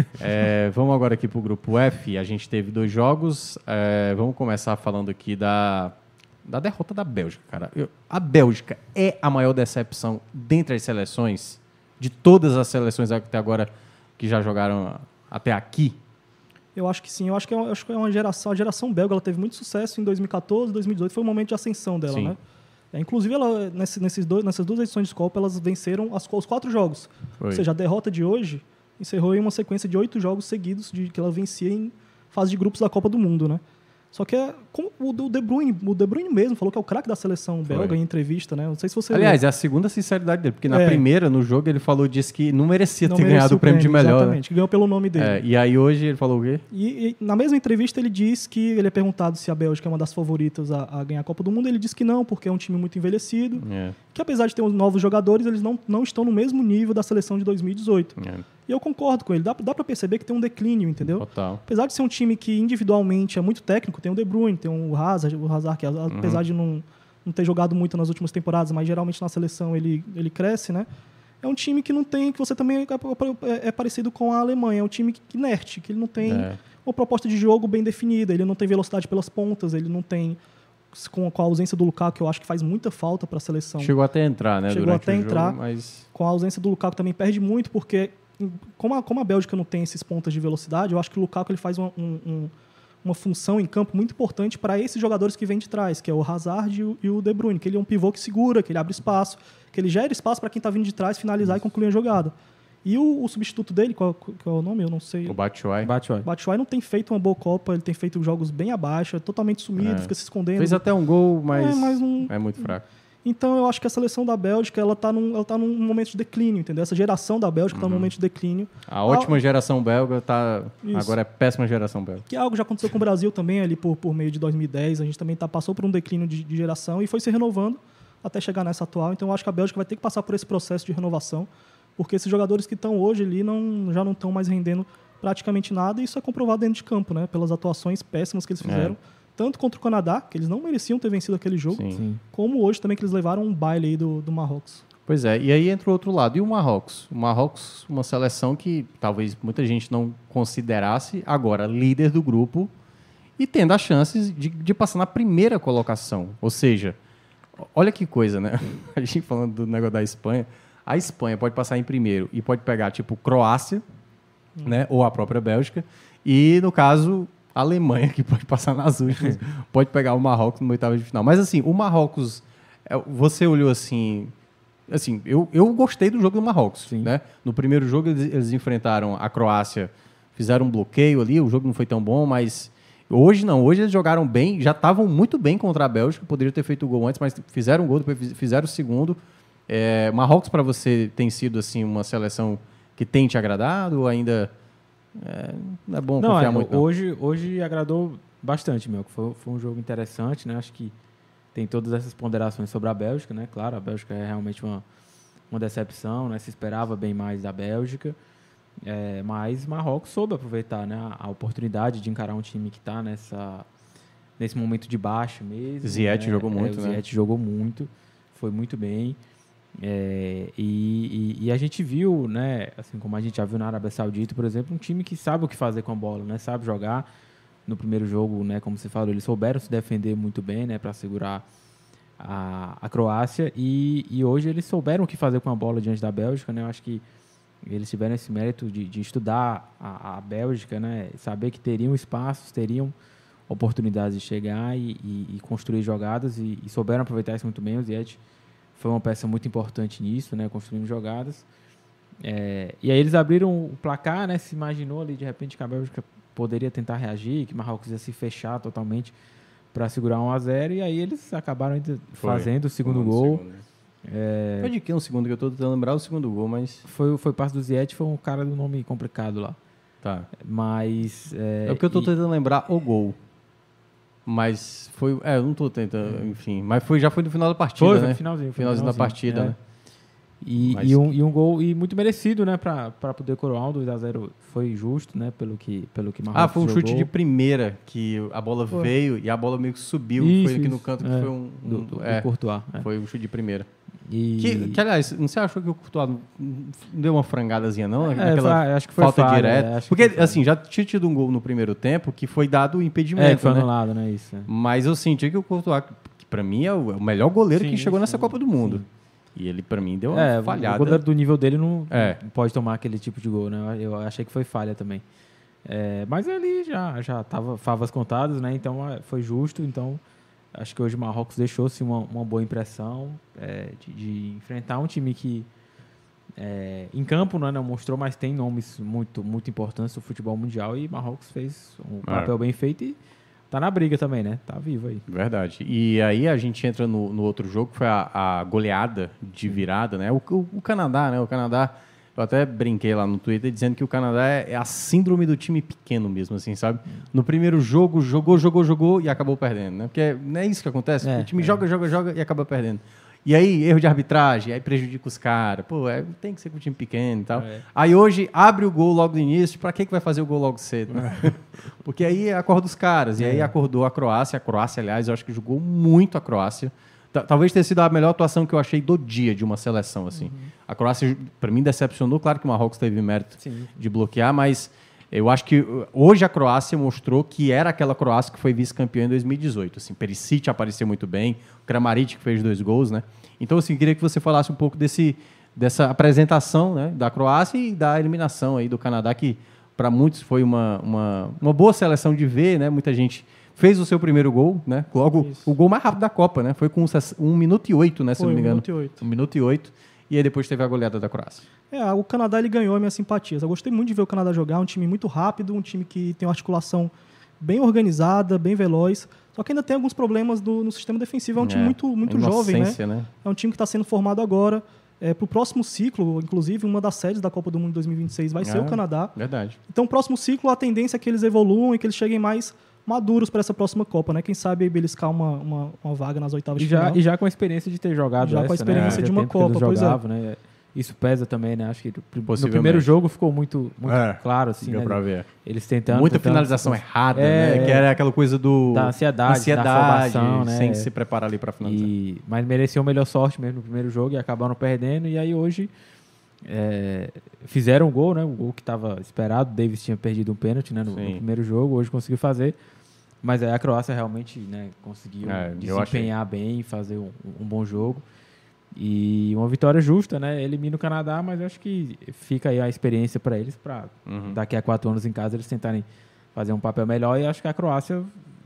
é, vamos agora aqui para o grupo F. A gente teve dois jogos. É, vamos começar falando aqui da, da derrota da Bélgica, cara. Eu, a Bélgica é a maior decepção dentre as seleções, de todas as seleções até agora que já jogaram até aqui. Eu acho que sim, eu acho que é uma, acho que é uma geração, a geração belga, ela teve muito sucesso em dois mil e catorze, dois mil e dezoito, foi o momento de ascensão dela, sim. né? É, inclusive, ela, nesse, nesses dois, nessas duas edições de Copa, elas venceram as, os quatro jogos. Foi. Ou seja, a derrota de hoje encerrou em uma sequência de oito jogos seguidos de, que ela vencia em fase de grupos da Copa do Mundo, né? Só que é, como o De Bruyne, o De Bruyne mesmo falou que é o craque da seleção belga Foi. em entrevista, né? Não sei se você Aliás, leu. é a segunda sinceridade dele, porque na É. primeira, no jogo, ele falou, disse que não merecia Não ter merecia ganhado o prêmio de melhor. Exatamente, que ganhou pelo nome dele. Né? É, e aí hoje ele falou o quê? E, e na mesma entrevista ele diz que ele é perguntado se a Bélgica é uma das favoritas a, a ganhar a Copa do Mundo. Ele diz que não, porque é um time muito envelhecido. É. Que apesar de ter uns novos jogadores, eles não, não estão no mesmo nível da seleção de dois mil e dezoito. É. E eu concordo com ele. Dá, dá pra perceber que tem um declínio, entendeu? Total. Apesar de ser um time que individualmente é muito técnico, tem o De Bruyne, tem o Hazard, o Hazard que apesar Uhum. de não, não ter jogado muito nas últimas temporadas, mas geralmente na seleção ele, ele cresce, né? É um time que não tem, que você também é, é, é parecido com a Alemanha, é um time que, inerte, que ele não tem É. uma proposta de jogo bem definida, ele não tem velocidade pelas pontas, ele não tem, com, com a ausência do Lukaku, que eu acho que faz muita falta para a seleção. Chegou até a entrar, né? Chegou durante até o entrar, jogo, mas... com a ausência do Lukaku também perde muito, porque como a, como a Bélgica não tem esses pontas de velocidade, eu acho que o Lukaku ele faz uma, um, um, uma função em campo muito importante para esses jogadores que vêm de trás, que é o Hazard e o, e o De Bruyne, que ele é um pivô que segura, que ele abre espaço, que ele gera espaço para quem está vindo de trás finalizar e concluir a jogada. E o, o substituto dele, qual, qual é o nome? Eu não sei. O Batshuayi. Batshuayi. Batshuayi não tem feito uma boa Copa, ele tem feito jogos bem abaixo, é totalmente sumido, É. fica se escondendo. Fez até um gol, mas É, mas não- é muito fraco. Então eu acho que a seleção da Bélgica ela está num, ela tá num momento de declínio, entendeu? Essa geração da Bélgica está num momento de declínio. A ótima geração belga tá... Isso. Agora é péssima geração belga. Que é algo que já aconteceu com o Brasil também, ali por, por meio de dois mil e dez. A gente também tá, passou por um declínio de, de geração e foi se renovando até chegar nessa atual. Então eu acho que a Bélgica vai ter que passar por esse processo de renovação, porque esses jogadores que estão hoje ali não, já não estão mais rendendo praticamente nada, e isso é comprovado dentro de campo, né? Pelas atuações péssimas que eles fizeram, tanto contra o Canadá, que eles não mereciam ter vencido aquele jogo, Sim. Sim. como hoje também que eles levaram um baile aí do, do Marrocos. Pois é, e aí entra o outro lado. E o Marrocos? O Marrocos, uma seleção que talvez muita gente não considerasse, agora líder do grupo e tendo as chances de, de passar na primeira colocação. Ou seja, olha que coisa, né? A gente falando do negócio da Espanha, a Espanha pode passar em primeiro e pode pegar, tipo, Croácia, né? Ou a própria Bélgica, e, no caso, a Alemanha, que pode passar nas últimas, pode pegar o Marrocos no oitavo de final. Mas, assim, o Marrocos, é, você olhou assim... Assim, eu, eu gostei do jogo do Marrocos, Sim. né? No primeiro jogo, eles, eles enfrentaram a Croácia, fizeram um bloqueio ali, o jogo não foi tão bom, mas hoje não. Hoje eles jogaram bem, já estavam muito bem contra a Bélgica, poderiam ter feito o gol antes, mas fizeram o gol, depois fizeram o segundo. É, Marrocos, para você, tem sido assim uma seleção que tem te agradado ou ainda é, não é bom Não, confiar é, muito? Não? hoje, hoje agradou bastante, meu. Foi, foi um jogo interessante, né? Acho que tem todas essas ponderações sobre a Bélgica, né? Claro, a Bélgica é realmente uma, uma decepção, né? Se esperava bem mais da Bélgica, é, mas Marrocos soube aproveitar, né? A, a oportunidade de encarar um time que está nessa nesse momento de baixa mesmo. Ziyech né? jogou É, muito, o né? Ziyech jogou muito, foi muito bem. É, e, e- e a gente viu, né, assim como a gente já viu na Arábia Saudita, por exemplo, um time que sabe o que fazer com a bola, né, sabe jogar. No primeiro jogo, né, como você falou, eles souberam se defender muito bem, né, para segurar a, a Croácia, e, e hoje eles souberam o que fazer com a bola diante da Bélgica, né. Eu acho que eles tiveram esse mérito de, de estudar a, a Bélgica, né, saber que teriam espaços, teriam oportunidades de chegar e, e- e construir jogadas, e, e souberam aproveitar isso muito bem. O Ziyech foi uma peça muito importante nisso, né, construindo jogadas. É, e aí eles abriram o placar, né, se imaginou ali de repente que a Bélgica poderia tentar reagir, que o Marrocos ia se fechar totalmente para segurar um a zero, e aí eles acabaram ainda Foi. fazendo o segundo Um gol. segundo, né? É, Foi de que um segundo que eu tô tentando lembrar o segundo gol, mas foi, foi passe do Ziyech, foi um cara do nome complicado lá. tá. Mas... É, É porque eu tô e- tentando lembrar o gol. Mas foi, é, eu não tô tentando, enfim, mas foi já foi no final da partida, Foi, né? foi no finalzinho. foi no Finalzinho da finalzinho, partida, é. né? E, Mas- e, um, e um gol e muito merecido, né, para poder coroar um dois a zero. Foi justo, né, pelo que pelo que Marrocos Ah, foi um chute jogou. de primeira que a bola Foi. veio e a bola meio que subiu. Isso, foi aqui no isso. canto que É, foi um. um- do, do, é, do Courtois. é. foi um chute de primeira. E... Que, que, aliás, não você achou que o Courtois não deu uma frangadazinha, não? É, Aquela foi- acho que foi falta falha, direta. é, acho que Porque, foi falha. assim, já tinha tido um gol no primeiro tempo que foi dado o impedimento, É, que foi né? anulado, né, isso. é. Mas eu senti que o Courtois, que pra mim é o, é o melhor goleiro Sim, que chegou nessa sim, Copa do Mundo. sim. E ele, pra mim, deu uma É, falhada. o goleiro do nível dele não, É. não pode tomar aquele tipo de gol, né? Eu achei que foi falha também. É, mas ali já já tava favas contadas, né? Então é, foi justo. Então acho que hoje o Marrocos deixou-se uma, uma boa impressão é, de, de enfrentar um time que é, em campo, né, não mostrou, mas tem nomes muito muito importantes do futebol mundial, e Marrocos fez um É. papel bem feito. E tá na briga também, né? Tá vivo aí. Verdade. E aí a gente entra no, no outro jogo, que foi a, a goleada de virada, né? O, o, o Canadá, né? O Canadá, eu até brinquei lá no Twitter dizendo que o Canadá é, é a síndrome do time pequeno mesmo, assim, sabe? No primeiro jogo, jogou, jogou, jogou e acabou perdendo, né? Porque não é isso que acontece. É, o time é. joga, joga, joga e acaba perdendo. E aí, erro de arbitragem, aí prejudica os caras. Pô, é, tem que ser com o time pequeno e tal. É. Aí hoje, abre o gol logo no início. Pra que, que vai fazer o gol logo cedo? Né? É. Porque aí acorda os caras. É. E aí acordou a Croácia. A Croácia, aliás, eu acho que jogou muito a Croácia. T- talvez tenha sido a melhor atuação que eu achei do dia de uma seleção, assim. Uhum. A Croácia, pra mim, decepcionou. Claro que o Marrocos teve mérito Sim. de bloquear, mas eu acho que hoje a Croácia mostrou que era aquela Croácia que foi vice-campeã em dois mil e dezoito. Assim, Perisic apareceu muito bem, o Kramaric que fez dois gols, né? Então, assim, queria que você falasse um pouco desse, dessa apresentação, né, da Croácia e da eliminação aí do Canadá, que para muitos foi uma, uma, uma boa seleção de ver, né? Muita gente fez o seu primeiro gol, né? Logo, Isso. o gol mais rápido da Copa, né? Foi com um minuto e oito, né? Se foi, não me engano. um minuto e oito. Um minuto e oito. E aí depois teve a goleada da Croácia. É, o Canadá ele ganhou as minhas simpatias. Eu gostei muito de ver o Canadá jogar, um time muito rápido, um time que tem uma articulação bem organizada, bem veloz. Só que ainda tem alguns problemas do, no sistema defensivo. É um time é, muito, muito jovem, né? né? É um time que está sendo formado agora. É, para o próximo ciclo, inclusive, uma das sedes da Copa do Mundo de dois mil e vinte e seis vai é, ser o Canadá. Verdade. Então, o próximo ciclo, a tendência é que eles evoluam e que eles cheguem mais maduros para essa próxima Copa, né? Quem sabe beliscar uma, uma, uma vaga nas oitavas e de já, final. E já com a experiência de ter jogado Já essa, com a experiência né? de uma Copa, pois jogavam, é. Né? Isso pesa também, né? Acho que no primeiro jogo ficou muito, muito é, claro, assim, né? Pra ver. Eles tentando... Muita tentando, finalização tentando, errada, é, né? Que era aquela coisa do... Da ansiedade, ansiedade da afobação, né? Sem se preparar ali pra finalizar. E, mas mereciam melhor sorte mesmo no primeiro jogo e acabaram perdendo. E aí hoje é, fizeram o gol, né? O gol que estava esperado. O Davis tinha perdido um pênalti, né? No, no primeiro jogo. Hoje conseguiu fazer. Mas aí a Croácia realmente, né, conseguiu é, desempenhar bem, fazer um, um bom jogo. E uma vitória justa, né? Elimina o Canadá, mas eu acho que fica aí a experiência para eles, para uhum. daqui a quatro anos em casa eles tentarem fazer um papel melhor. E acho que a Croácia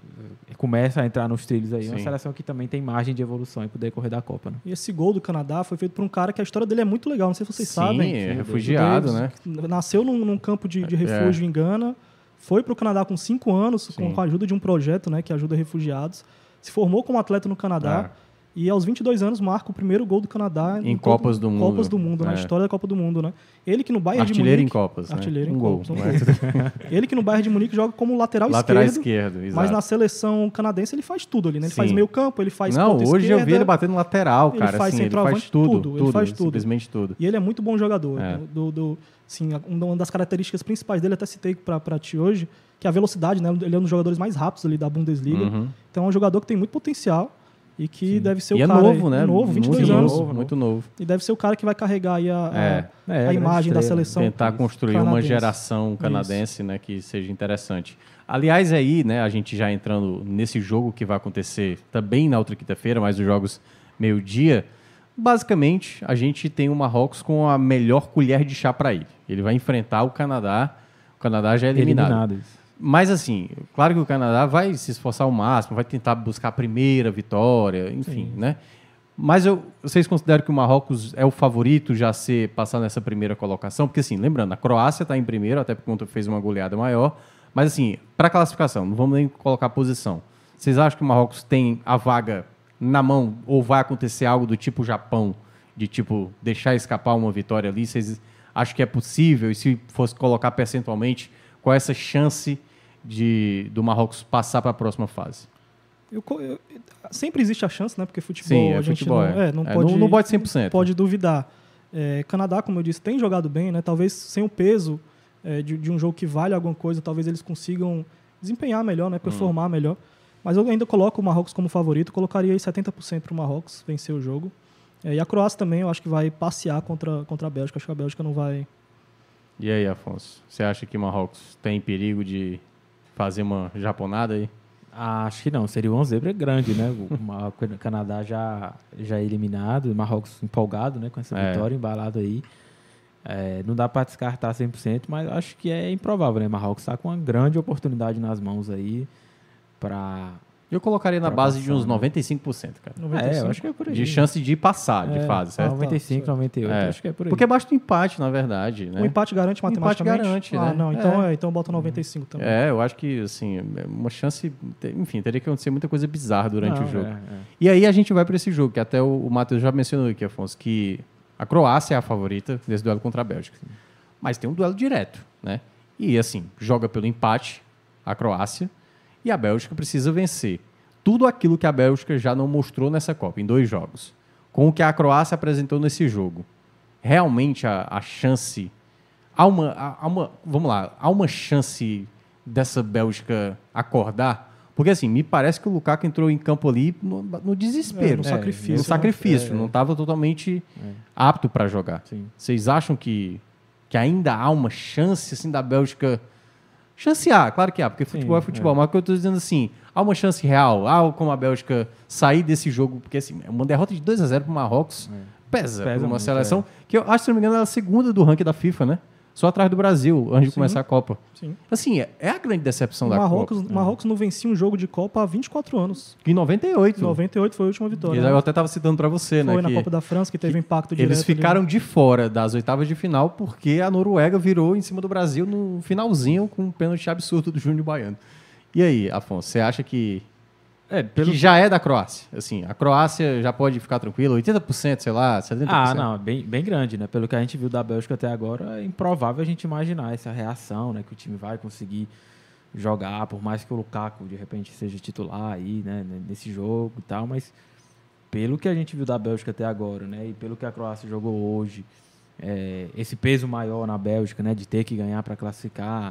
começa a entrar nos trilhos aí. Sim. Uma seleção que também tem margem de evolução e poder correr da Copa, né? E esse gol do Canadá foi feito por um cara que a história dele é muito legal. Não sei se vocês Sim, sabem. Sim, é refugiado, né? Nasceu num, num campo de, de refúgio é. em Gana. Foi para o Canadá com cinco anos, com, com a ajuda de um projeto, né, que ajuda refugiados. Se formou como atleta no Canadá. É. E aos vinte e dois anos marca o primeiro gol do Canadá em, em Copas do Mundo. Copas do Mundo, é. na história da Copa do Mundo, né? Ele que no Bayern artilheiro de Munique... em Copas, Artilheiro né? em um Copas. Gol, né? Ele que no Bayern de Munique joga como lateral, lateral esquerdo. esquerdo exato. Mas na seleção canadense ele faz tudo ali, né? Ele Sim. faz meio campo, ele faz Não, ponta hoje esquerda, eu vi ele batendo lateral, cara. Ele faz assim, centroavante, ele faz tudo, tudo, tudo. Ele faz tudo. Simplesmente tudo. E ele é muito bom jogador. É. Do, do, sim, uma das características principais dele, até citei para ti hoje, que é a velocidade, né? Ele é um dos jogadores mais rápidos ali da Bundesliga. Uhum. Então é um jogador que tem muito potencial. E que Sim. deve ser e o é cara... novo, né? É novo, vinte e dois muito anos. Novo, muito novo. E deve ser o cara que vai carregar aí a, é. a, é, a imagem da seleção Tentar construir canadense. uma geração canadense, né, que seja interessante. Aliás, aí, né, a gente já entrando nesse jogo que vai acontecer também na outra quinta-feira, mas os jogos meio-dia, basicamente, a gente tem o Marrocos com a melhor colher de chá para ele. Ele vai enfrentar o Canadá. O Canadá já é eliminado. eliminado. Mas, assim, claro que o Canadá vai se esforçar ao máximo, vai tentar buscar a primeira vitória, enfim, Sim. né? Mas eu, vocês consideram que o Marrocos é o favorito já a ser passar nessa primeira colocação? Porque, assim, lembrando, a Croácia está em primeiro, até porque fez uma goleada maior. Mas, assim, para classificação, não vamos nem colocar posição. Vocês acham que o Marrocos tem a vaga na mão ou vai acontecer algo do tipo Japão, de, tipo, deixar escapar uma vitória ali? Vocês acham que é possível? E se fosse colocar percentualmente... Qual é essa chance de, do Marrocos passar para a próxima fase? Eu, eu, sempre existe a chance, né? Porque futebol, Sim, é, a gente futebol, não, é. É, não, é, pode, não, não pode cem por cento. Pode duvidar. É, Canadá, como eu disse, tem jogado bem, né? Talvez sem o peso é, de, de um jogo que vale alguma coisa, talvez eles consigam desempenhar melhor, né? Performar hum. melhor. Mas eu ainda coloco o Marrocos como favorito, colocaria aí setenta por cento para o Marrocos vencer o jogo. É, e a Croácia também, eu acho que vai passear contra, contra a Bélgica. Acho que a Bélgica não vai... E aí, Afonso, você acha que o Marrocos tem perigo de fazer uma japonada aí? Ah, acho que não, seria uma zebra grande, né? O Canadá já, já eliminado, o Marrocos empolgado, né? Com essa é. vitória, embalado aí. É, não dá para descartar cem por cento, mas acho que é improvável, né? O Marrocos está com uma grande oportunidade nas mãos aí para Eu colocaria na base de uns noventa e cinco por cento, cara. noventa e cinco? É, eu acho que é por aí. De chance de passar de É, fase, certo? noventa e cinco, noventa e oito, É. acho que é por aí. Porque basta o empate, na verdade, né? O empate garante O empate matematicamente? garante, Ah, né? não, então, É. é, então bota noventa e cinco também. É, eu acho que, assim, é uma chance... Enfim, teria que acontecer muita coisa bizarra durante Não, o jogo. é, é. E aí a gente vai para esse jogo, que até o, o Matheus já mencionou aqui, Afonso, que a Croácia é a favorita desse duelo contra a Bélgica. Mas tem um duelo direto, né? E, assim, joga pelo empate a Croácia e a Bélgica precisa vencer tudo aquilo que a Bélgica já não mostrou nessa Copa, em dois jogos. Com o que a Croácia apresentou nesse jogo. Realmente a, a chance... Há uma, há, há uma... Vamos lá. Há uma chance dessa Bélgica acordar? Porque, assim, me parece que o Lukaku entrou em campo ali no, no desespero. É, no sacrifício, No né? sacrifício. É, é. Não estava totalmente É. apto para jogar. Sim. Vocês acham que, que ainda há uma chance, assim, da Bélgica... Chance há, claro que há, porque futebol é futebol. é. Mas o que eu estou dizendo, assim, há uma chance real, há como a Bélgica sair desse jogo, porque, assim, uma derrota de dois a zero para o Marrocos pesa, Pesa para uma muito, seleção que eu acho, se não me engano, ela é a segunda do ranking da FIFA, né? Só atrás do Brasil, antes de Sim. começar a Copa. Sim. Assim, é, é a grande decepção O da Marrocos, Copa. Marrocos não vencia um jogo de Copa há vinte e quatro anos. Em noventa e oito. Em noventa e oito foi a última vitória. Eu até estava citando para você, né? Foi na que Copa da França que teve impacto direto. eles ali. ficaram de fora das oitavas de final porque a Noruega virou em cima do Brasil no finalzinho com um pênalti absurdo do Júnior Baiano. E aí, Afonso, você acha que, É, pelo... que já é da Croácia? Assim, a Croácia já pode ficar tranquila? oitenta por cento, sei lá, setenta por cento? Ah, não, bem, bem grande, né? Pelo que a gente viu da Bélgica até agora, é improvável a gente imaginar essa reação, né? Que o time vai conseguir jogar, por mais que o Lukaku, de repente, seja titular aí, né? Nesse jogo e tal, mas pelo que a gente viu da Bélgica até agora, né? E pelo que a Croácia jogou hoje, é, esse peso maior na Bélgica, né? De ter que ganhar para classificar,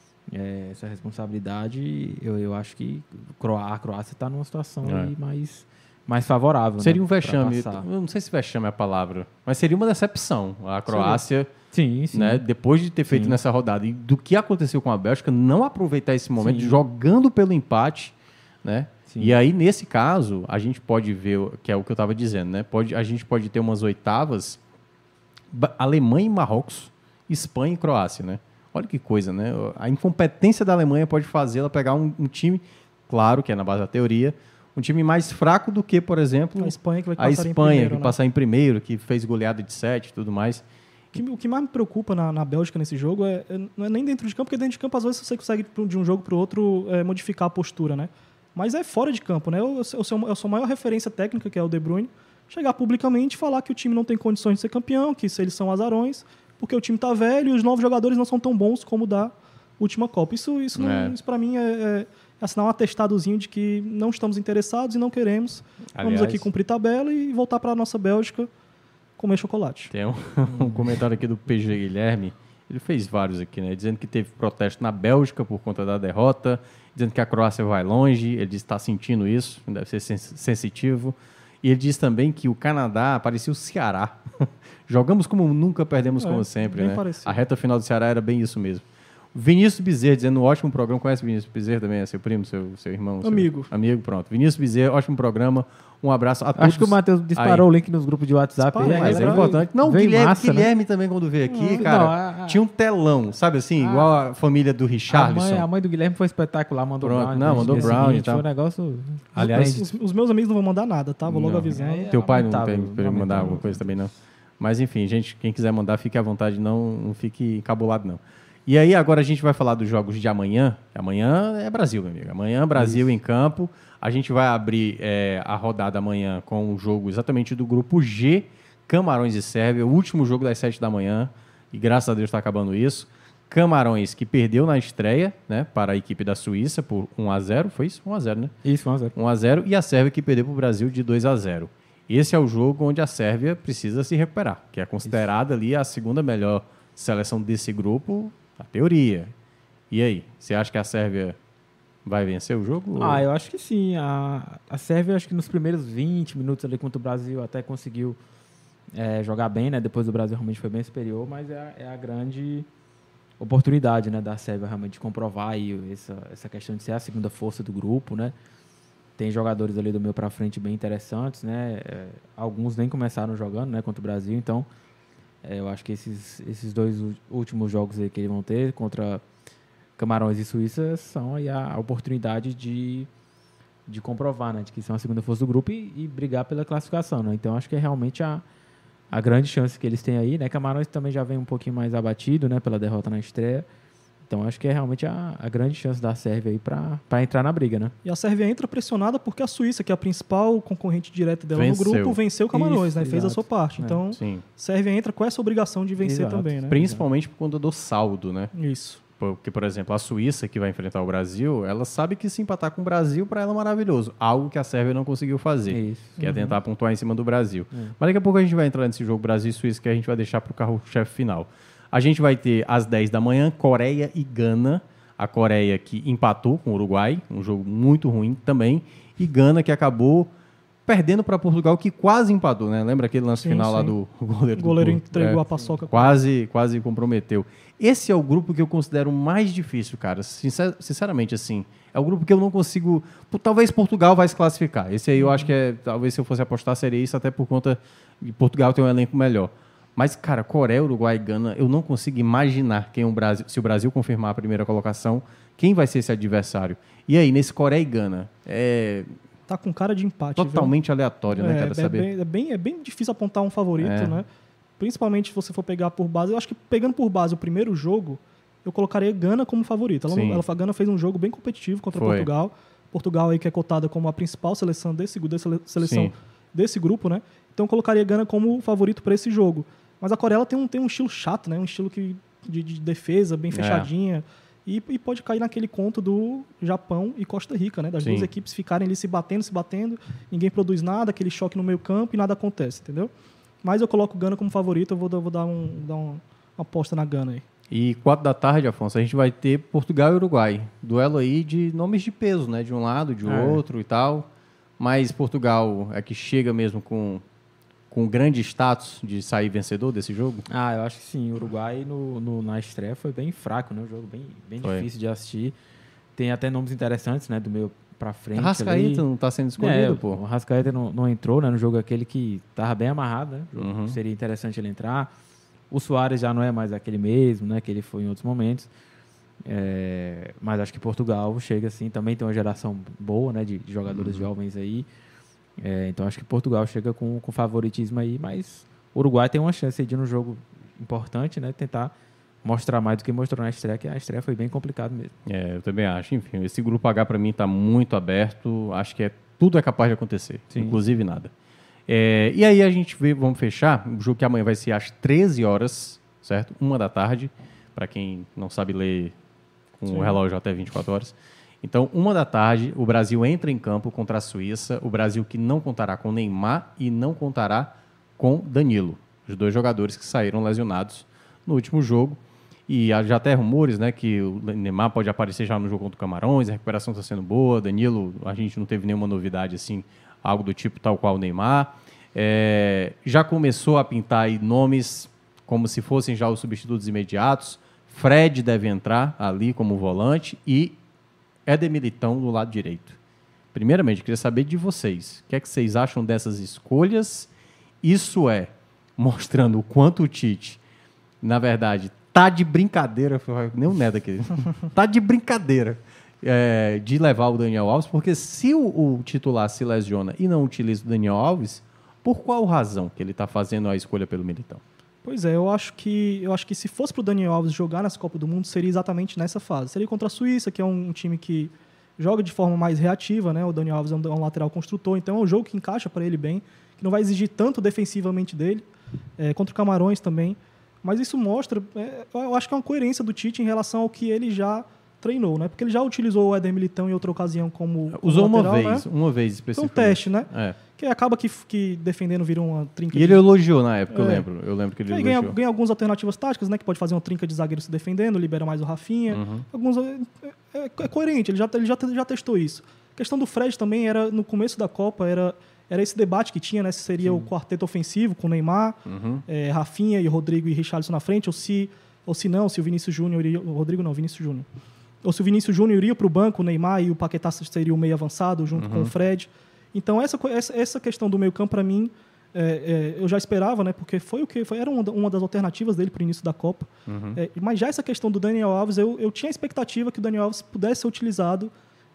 é, essa responsabilidade, eu, eu acho que a Croácia está numa situação É. aí mais... mais favorável. Seria né, um pra vexame. passar. Eu não sei se vexame é a palavra, mas seria uma decepção. A Croácia, Sim, sim. né, depois de ter feito Sim. nessa rodada e do que aconteceu com a Bélgica, não aproveitar esse momento Sim. jogando pelo empate, né? Sim. E aí, nesse caso, a gente pode ver, que é o que eu estava dizendo, né? Pode, a gente pode ter umas oitavas, Ba- Alemanha e Marrocos, Espanha e Croácia, né? Olha que coisa, né? A incompetência da Alemanha pode fazê-la pegar um, um time, claro que é na base da teoria, um time mais fraco do que, por exemplo, A Espanha que vai a passar em Espanha, primeiro, que né? passar em primeiro, que fez goleada de sete e tudo mais. O que, o que mais me preocupa na, na Bélgica nesse jogo é, é- não é nem dentro de campo, porque dentro de campo às vezes você consegue pro- de um jogo para o outro é, modificar a postura, né? Mas é fora de campo, né? Eu, eu, sou, eu sou a maior referência técnica, que é o De Bruyne, chegar publicamente e falar que o time não tem condições de ser campeão, que se eles são azarões, porque o time tá velho e os novos jogadores não são tão bons como da última Copa. Isso, isso, não- É. isso para mim é, é assinar um atestadozinho de que não estamos interessados e não queremos. Vamos Aliás- aqui cumprir tabela e voltar para a nossa Bélgica comer chocolate. Tem um, um comentário aqui do P G Guilherme, ele fez vários aqui, né? Dizendo que teve protesto na Bélgica por conta da derrota, dizendo que a Croácia vai longe, ele diz que está sentindo isso, deve ser sens- sensitivo. E ele diz também que o Canadá parecia o Ceará. Jogamos como nunca, perdemos É, como sempre, bem né? parecido. A reta final do Ceará era bem isso mesmo. Vinícius Bezerra dizendo, um ótimo programa. Conhece o Vinícius Bezerra também? É seu primo, seu, seu irmão? seu- Amigo. Amigo, pronto. Vinícius Bezerra, ótimo programa. Um abraço a todos. Acho que o Matheus disparou o link nos grupos de WhatsApp. Dispara, aí, Mas é galera. importante. Não, o Veio Guilherme, massa, né? Guilherme também, quando veio aqui, Não, cara, não, a- a- tinha um telão, sabe assim? a- igual a família do A Richarlison. mãe, a mãe do Guilherme foi espetacular, mandou Pronto, brownie. não, no mandou dia brownie seguinte, e tal. Foi um negócio... Aliás, Os, os meus amigos não vão mandar nada, tá? Vou logo Não. avisando. É, Teu pai não lamentável, tem para ele mandar lamentável. alguma coisa também, não. Mas enfim, gente, quem quiser mandar, fique à vontade, não, não fique encabulado, não. E aí, agora a gente vai falar dos jogos de amanhã. Amanhã é Brasil, meu amigo. Amanhã, Brasil em campo. A gente vai abrir é, a rodada amanhã com o jogo exatamente do grupo G, Camarões e Sérvia, o último jogo das sete da manhã. E graças a Deus está acabando isso. Camarões, que perdeu na estreia, né, para a equipe da Suíça por um a zero. Foi isso? um a zero, né? Isso, um a zero. um a zero. E a Sérvia, que perdeu para o Brasil de dois a zero. Esse é o jogo onde a Sérvia precisa se recuperar, que é considerada ali a segunda melhor seleção desse grupo, na teoria. E aí, você acha que a Sérvia vai vencer o jogo? Ah, eu acho que sim. A, a Sérvia, acho que nos primeiros vinte minutos ali contra o Brasil até conseguiu é, jogar bem, né? Depois do Brasil realmente foi bem superior, mas é, a- é a grande oportunidade, né, da Sérvia realmente de comprovar aí essa, essa questão de ser a segunda força do grupo, né? Tem jogadores ali do meio para frente bem interessantes, né? É, alguns nem começaram jogando, né, contra o Brasil, então é, eu acho que esses, esses dois ú- últimos jogos aí que eles vão ter contra Camarões e Suíça são aí a, a oportunidade de de comprovar, né? De que são a segunda força do grupo e, e brigar pela classificação, né? Então, acho que é realmente a, a grande chance que eles têm aí, né? Camarões também já vem um pouquinho mais abatido, né? Pela derrota na estreia. Então, acho que é realmente a, a grande chance da Sérvia aí para entrar na briga, né? E a Sérvia entra pressionada porque a Suíça, que é a principal concorrente direta dela Venceu. no grupo, venceu o Camarões, Isso, né? Fez a sua parte. É. Então, Sim. Sérvia entra com essa obrigação de vencer Exato. também, né? Principalmente por conta do saldo, né? Isso. Porque, por exemplo, a Suíça, que vai enfrentar o Brasil, ela sabe que se empatar com o Brasil, para ela é maravilhoso. Algo que a Sérvia não conseguiu fazer. Isso. Que é tentar pontuar em cima do Brasil. É. Mas daqui a pouco a gente vai entrar nesse jogo Brasil e Suíça, que a gente vai deixar para o carro-chefe final. A gente vai ter, às dez da manhã, Coreia e Gana. A Coreia que empatou com o Uruguai, um jogo muito ruim também. E Gana que acabou perdendo para Portugal, que quase empatou, né? Lembra aquele lance Sim, final sim. lá do goleiro? O goleiro do entregou é, a paçoca. Quase, quase comprometeu. Esse é o grupo que eu considero mais difícil, cara. Sincer, sinceramente, assim. É o grupo que eu não consigo... Talvez Portugal vai se classificar. Esse aí eu acho que é... Talvez se eu fosse apostar seria isso, até por conta de Portugal ter um elenco melhor. Mas, cara, Coreia, Uruguai e Gana, eu não consigo imaginar quem o Brasil... Se o Brasil confirmar a primeira colocação, quem vai ser esse adversário? E aí, nesse Coreia e Gana, é... Tá com cara de empate. Totalmente viu? aleatório, né? É, Quero é saber. Bem, é, bem, é bem difícil apontar um favorito, É. né? Principalmente se você for pegar por base. Eu acho que pegando por base o primeiro jogo, eu colocaria Gana como favorito. Ela, Sim. ela, a Gana fez um jogo bem competitivo contra Foi. Portugal. Portugal aí que é cotada como a principal seleção desse, desse seleção Sim. desse grupo, né? Então eu colocaria Gana como favorito para esse jogo. Mas a Coreia ela tem um, tem um estilo chato, né? Um estilo que, de, de defesa bem fechadinha. É. E, e pode cair naquele conto do Japão e Costa Rica, né? Das Sim. duas equipes ficarem ali se batendo, se batendo, ninguém produz nada, aquele choque no meio campo e nada acontece, entendeu? Mas eu coloco o Gana como favorito, eu vou, vou dar, um, dar um, uma aposta na Gana aí. E quatro da tarde, Afonso, a gente vai ter Portugal e Uruguai. Duelo aí de nomes de peso, né? De um lado, de É. outro e tal. Mas Portugal é que chega mesmo com... com grande status de sair vencedor desse jogo? Ah, eu acho que sim. O Uruguai no, no, na estreia foi bem fraco, né? Um jogo bem, bem difícil de assistir. Tem até nomes interessantes, né? Do meio pra frente. Arrascaeta não tá sendo escolhido, é, pô. O Arrascaeta não, não entrou, né? No jogo aquele que tava bem amarrado, né? Uhum. Seria interessante ele entrar. O Suárez já não é mais aquele mesmo, né? Que ele foi em outros momentos. É, mas acho que Portugal chega assim. Também tem uma geração boa, né? De, de jogadores Uhum. jovens aí. É, então acho que Portugal chega com, com favoritismo aí, mas o Uruguai tem uma chance aí de, no jogo importante, né, tentar mostrar mais do que mostrou na estreia, que a estreia foi bem complicado mesmo. É, eu também acho. Enfim, esse grupo H para mim está muito aberto. Acho que é, tudo é capaz de acontecer, Sim. inclusive nada. É, e aí a gente vê, vamos fechar, o jogo que amanhã vai ser às treze horas, certo? Uma da tarde, para quem não sabe ler com Sim. o relógio até vinte e quatro horas. Então, uma da tarde, o Brasil entra em campo contra a Suíça. O Brasil que não contará com Neymar e não contará com Danilo. Os dois jogadores que saíram lesionados no último jogo. E há já até rumores, né, que o Neymar pode aparecer já no jogo contra o Camarões. A recuperação está sendo boa. Danilo, a gente não teve nenhuma novidade assim, algo do tipo tal qual o Neymar. É, já começou a pintar aí nomes como se fossem já os substitutos imediatos. Fred deve entrar ali como volante e Éder Militão do lado direito. Primeiramente, queria saber de vocês. O que é que vocês acham dessas escolhas? Isso é mostrando o quanto o Tite, na verdade, tá de brincadeira. Nem o Neto aqui. Tá de brincadeira é, de levar o Daniel Alves, porque se o, o titular se lesiona e não utiliza o Daniel Alves, por qual razão que ele está fazendo a escolha pelo Militão? Pois é, eu acho que eu acho que se fosse para o Daniel Alves jogar nessa Copa do Mundo, seria exatamente nessa fase. Seria contra a Suíça, que é um time que joga de forma mais reativa, né? O Daniel Alves é um, é um lateral construtor, então é um jogo que encaixa para ele bem, que não vai exigir tanto defensivamente dele, é, contra o Camarões também. Mas isso mostra, é, eu acho que é uma coerência do Tite em relação ao que ele já treinou, né? Porque ele já utilizou o Éder Militão em outra ocasião como, como Usou lateral, uma vez, né? uma vez Foi um especificamente. teste, né? É. Que acaba que, que defendendo vira uma trinca E de... ele elogiou na época, eu É. lembro. Eu lembro que ele Aí elogiou. ganha, ganha algumas alternativas táticas, né? Que pode fazer uma trinca de zagueiro se defendendo, libera mais o Rafinha. Uhum. Alguns, é, é, é coerente, ele já, ele já, já testou isso. A questão do Fred também era, no começo da Copa, era, era esse debate que tinha, né? Se seria Sim. o quarteto ofensivo com Neymar, Uhum. é, Rafinha e Rodrigo e Richarlison na frente, ou se, ou se não, se o Vinícius Júnior iria... O Rodrigo não, o Vinícius Júnior. Ou se o Vinícius Júnior iria para o banco, o Neymar e o Paquetá seria o meio avançado junto Uhum. com o Fred. Então, essa, essa, essa questão do meio campo, para mim, é, é, eu já esperava, né? Porque foi o que foi, era uma, uma das alternativas dele para o início da Copa. Uhum. É, mas já essa questão do Daniel Alves, eu, eu tinha a expectativa que o Daniel Alves pudesse ser utilizado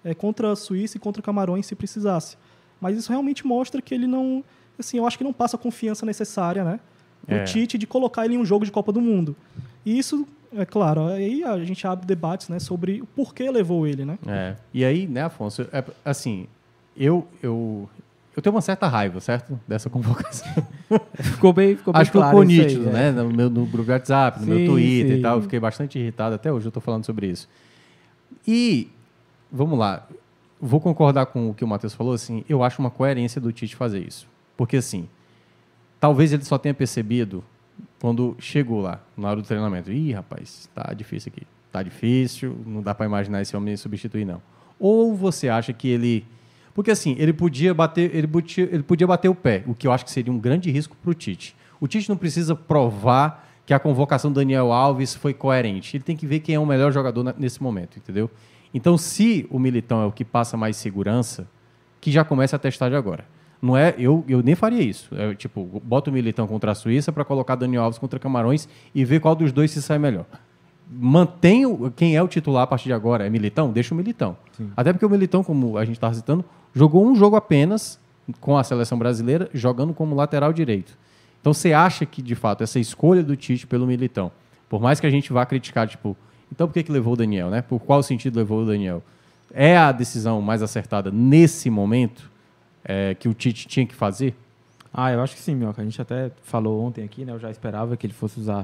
é, contra a Suíça e contra Camarões se precisasse. Mas isso realmente mostra que ele não... Assim, eu acho que não passa a confiança necessária, né? O É. Tite de colocar ele em um jogo de Copa do Mundo. E isso, é claro, aí a gente abre debates, né, sobre o porquê levou ele, né? É. E aí, né, Afonso, é, assim, eu, eu, eu tenho uma certa raiva, certo? Dessa convocação. Ficou bem, ficou bem Acho que claro ficou isso aí, nítido, é. né? No, meu, no grupo de WhatsApp, no Sim, meu Twitter sim. e tal. Eu fiquei bastante irritado. Até hoje eu tô falando sobre isso. E, vamos lá. Vou concordar com o que o Matheus falou, assim, eu acho uma coerência do Tite fazer isso. Porque, assim, talvez ele só tenha percebido quando chegou lá, na hora do treinamento. Ih, rapaz, tá difícil aqui. Tá difícil, não dá para imaginar esse homem substituir, não. Ou você acha que ele... Porque, assim, ele podia bater, ele podia, ele podia bater o pé, o que eu acho que seria um grande risco para o Tite. O Tite não precisa provar que a convocação do Daniel Alves foi coerente. Ele tem que ver quem é o melhor jogador na, nesse momento, entendeu? Então, se o Militão é o que passa mais segurança, que já comece a testar de agora. Não é, eu, eu nem faria isso. É, tipo, bota o Militão contra a Suíça para colocar Daniel Alves contra Camarões e ver qual dos dois se sai melhor. Mantém o, quem é o titular a partir de agora. É Militão? Deixa o Militão. Sim. Até porque o Militão, como a gente estava citando, jogou um jogo apenas com a seleção brasileira, jogando como lateral direito. Então, você acha que, de fato, essa escolha do Tite pelo Militão, por mais que a gente vá criticar, tipo, então por que, que levou o Daniel, né? Por qual sentido levou o Daniel? É a decisão mais acertada nesse momento é, que o Tite tinha que fazer? Ah, eu acho que sim, Mioca. A gente até falou ontem aqui, né? Eu já esperava que ele fosse usar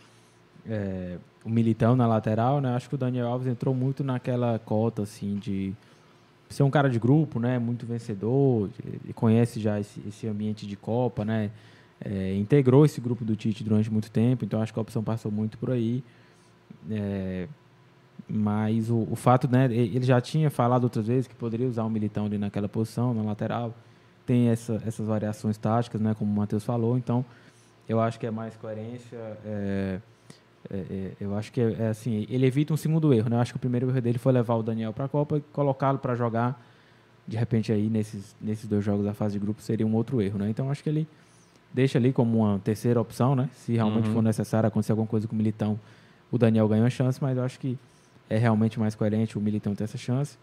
é, o Militão na lateral, né? Acho que o Daniel Alves entrou muito naquela cota, assim, de ser um cara de grupo, né? Muito vencedor, ele conhece já esse, esse ambiente de Copa, né? É, integrou esse grupo do Tite durante muito tempo, então acho que a opção passou muito por aí. É, mas o, o fato, né? Ele já tinha falado outras vezes que poderia usar o Militão ali naquela posição, na lateral. Tem essa, essas variações táticas, né? Como o Matheus falou, então eu acho que é mais coerência. É, é, é, eu acho que é, é assim, ele evita um segundo erro, né? Eu acho que o primeiro erro dele foi levar o Daniel para a Copa e colocá-lo para jogar. De repente aí nesses, nesses dois jogos da fase de grupo seria um outro erro, né? Então acho que ele deixa ali como uma terceira opção, né? Se realmente uhum. for necessário acontecer alguma coisa com o Militão, o Daniel ganha uma chance, mas eu acho que é realmente mais coerente o Militão ter essa chance.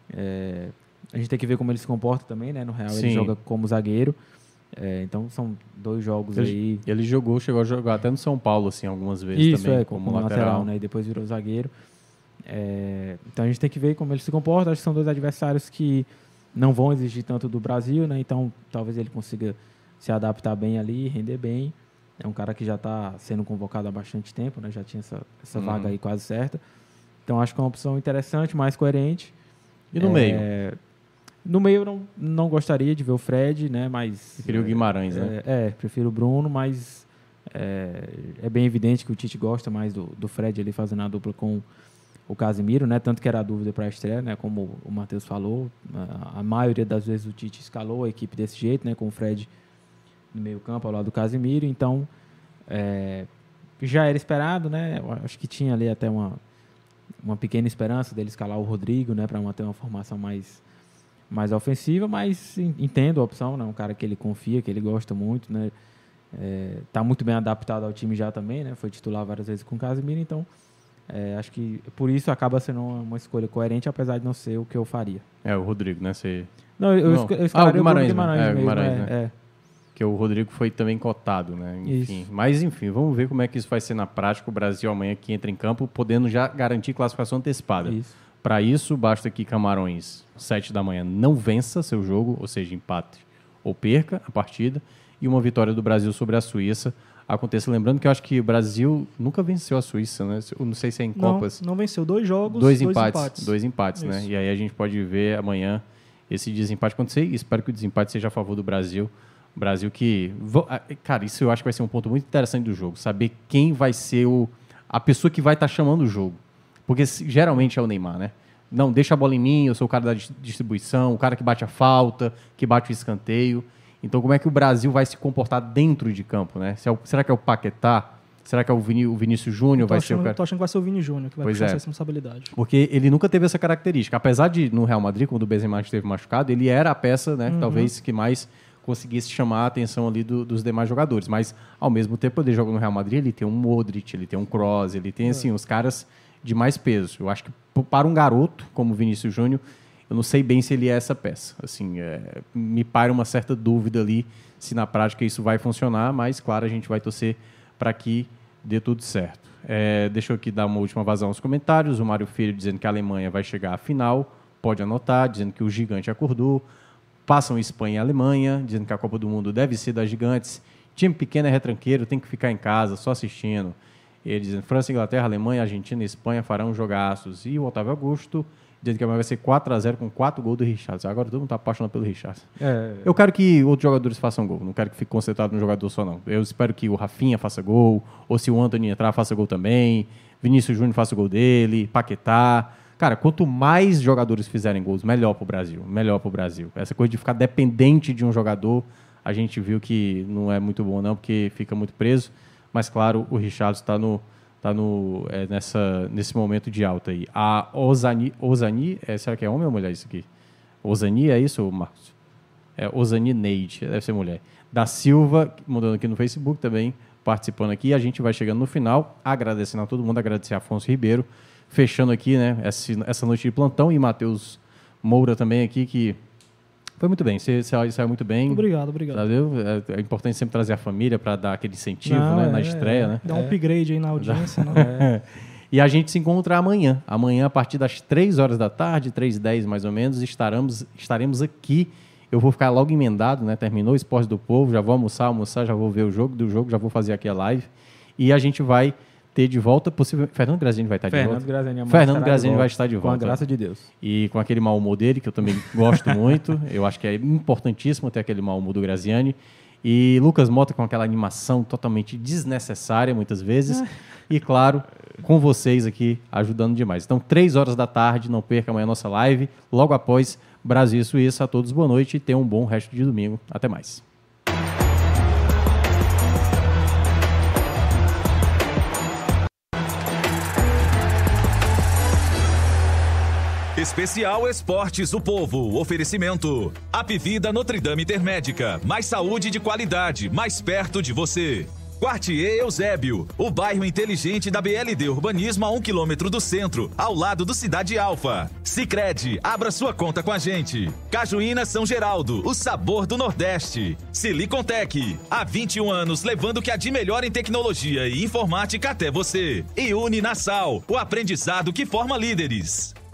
É, a gente tem que ver como ele se comporta também, né? No Real Sim. ele joga como zagueiro. É, então são dois jogos ele, aí. Ele jogou, chegou a jogar até no São Paulo, assim, algumas vezes Isso, também, é, como, como lateral, lateral, né? E depois virou zagueiro. É, então a gente tem que ver como ele se comporta. Acho que são dois adversários que não vão exigir tanto do Brasil, né? Então talvez ele consiga se adaptar bem ali, render bem. É um cara que já está sendo convocado há bastante tempo, né? Já tinha essa, essa uhum. vaga aí quase certa. Então, acho que é uma opção interessante, mais coerente. E no é... meio? No meio, eu não, não gostaria de ver o Fred, né? Mas... Prefiro o Guimarães, é, né? É, prefiro o Bruno, mas é, é bem evidente que o Tite gosta mais do, do Fred ali fazendo a dupla com o Casemiro, né? Tanto que era a dúvida para a estreia, né? Como o Matheus falou, a, a maioria das vezes o Tite escalou a equipe desse jeito, né? Com o Fred no meio campo, ao lado do Casemiro. Então, é, já era esperado, né? Eu acho que tinha ali até uma, uma pequena esperança dele escalar o Rodrigo, né? Para manter uma formação mais, mais ofensiva, mas entendo a opção, né? Um cara que ele confia, que ele gosta muito, né? É, tá muito bem adaptado ao time já também, né? Foi titular várias vezes com o Casemiro, então é, acho que por isso acaba sendo uma, uma escolha coerente, apesar de não ser o que eu faria. É, o Rodrigo, né? Você... Não, eu, não. eu escalaria ah, o Guimarães, o Guimarães é, mesmo, Guimarães, é, né? é. Que o Rodrigo foi também cotado, né? Enfim. Isso. Mas, enfim, vamos ver como é que isso vai ser na prática. O Brasil amanhã que entra em campo, podendo já garantir classificação antecipada. Para isso, basta que Camarões, sete da manhã, não vença seu jogo, ou seja, empate ou perca a partida, e uma vitória do Brasil sobre a Suíça aconteça. Lembrando que eu acho que o Brasil nunca venceu a Suíça, né? Eu não sei se é em não, Copas. Não venceu. Dois jogos, dois, dois empates, empates. Dois empates, né? E aí a gente pode ver amanhã esse desempate acontecer. E espero que o desempate seja a favor do Brasil. O Brasil que... Cara, isso eu acho que vai ser um ponto muito interessante do jogo. Saber quem vai ser o, a pessoa que vai estar chamando o jogo. Porque geralmente é o Neymar, né? Não, deixa a bola em mim, eu sou o cara da distribuição, o cara que bate a falta, que bate o escanteio. Então, como é que o Brasil vai se comportar dentro de campo, né? Se é o, será que é o Paquetá? Será que é o, Vini, o Vinícius Júnior? Vai achando, ser o cara... tô achando que vai ser o Vini Júnior que vai pois puxar é. essa responsabilidade. Porque ele nunca teve essa característica. Apesar de, no Real Madrid, quando o Benzema esteve machucado, ele era a peça, né? Uhum. Talvez que mais conseguisse chamar a atenção ali do, dos demais jogadores. Mas, ao mesmo tempo, ele joga no Real Madrid, ele tem um Modric, ele tem um Kroos, ele tem, assim, é. os caras de mais peso. Eu acho que para um garoto como o Vinícius Júnior, eu não sei bem se ele é essa peça. Assim, é, me paira uma certa dúvida ali se na prática isso vai funcionar, mas, claro, a gente vai torcer para que dê tudo certo. É, deixa eu aqui dar uma última vazão aos comentários. O Mário Filho dizendo que a Alemanha vai chegar à final, pode anotar, dizendo que o gigante acordou. Passam Espanha e Alemanha, dizendo que a Copa do Mundo deve ser das gigantes. Time pequeno é retranqueiro, tem que ficar em casa, só assistindo. Ele dizendo França, Inglaterra, Alemanha, Argentina e Espanha farão jogaços. E o Otávio Augusto dizendo que a Alemanha vai ser quatro a zero com quatro gols do Richarlison. Agora todo mundo está apaixonado pelo Richarlison. É. Eu quero que outros jogadores façam gol, não quero que fique concentrado no jogador só, não. Eu espero que o Rafinha faça gol, ou se o Antony entrar, faça gol também. Vinícius Júnior faça gol dele, Paquetá. Cara, quanto mais jogadores fizerem gols, melhor pro Brasil. Melhor pro Brasil. Essa coisa de ficar dependente de um jogador, a gente viu que não é muito bom, não, porque fica muito preso. Mas, claro, o Richarlison está no, tá no, é, nessa, nesse momento de alta aí. A Ozani, Ozani é, será que é homem ou mulher isso aqui? Ozani, é isso, Marcos? É Ozani Neide, deve ser mulher. Da Silva, mudando aqui no Facebook também, participando aqui. A gente vai chegando no final, agradecendo a todo mundo, agradecer a Afonso Ribeiro, fechando aqui, né, essa, essa noite de plantão, e Matheus Moura também aqui, que foi muito bem, você saiu muito bem. Obrigado, obrigado. É, é importante sempre trazer a família para dar aquele incentivo, Não, né, é, na estreia. É, né? Dá um upgrade aí na audiência. Né? É. E a gente se encontra amanhã. Amanhã, a partir das três horas da tarde, três e dez mais ou menos, estaremos, estaremos aqui. Eu vou ficar logo emendado, né? Terminou o Esporte do Povo, já vou almoçar, almoçar, já vou ver o jogo do jogo, já vou fazer aqui a live. E a gente vai ter de volta, possivelmente, Fernando Graziani vai estar Fernando de volta. Graziani Fernando Graziani vai estar de volta. Com a graça de Deus. E com aquele mau humor dele, que eu também gosto muito. Eu acho que é importantíssimo ter aquele mau humor do Graziani. E Lucas Mota com aquela animação totalmente desnecessária, muitas vezes. E, claro, com vocês aqui, ajudando demais. Então, três horas da tarde, não perca amanhã a nossa live. Logo após Brasil e Suíça. A todos, boa noite e tenham um bom resto de domingo. Até mais. Especial Esportes o Povo. Oferecimento. Apivida Notre Dame Intermédica. Mais saúde de qualidade, mais perto de você. Quartier Eusébio, o bairro inteligente da B L D Urbanismo a um quilômetro do centro, ao lado do Cidade Alfa. Sicredi, abra sua conta com a gente. Cajuína São Geraldo, o sabor do Nordeste. Silicontec, há vinte e um anos levando o que há de melhor em tecnologia e informática até você. E Uninasal, o aprendizado que forma líderes.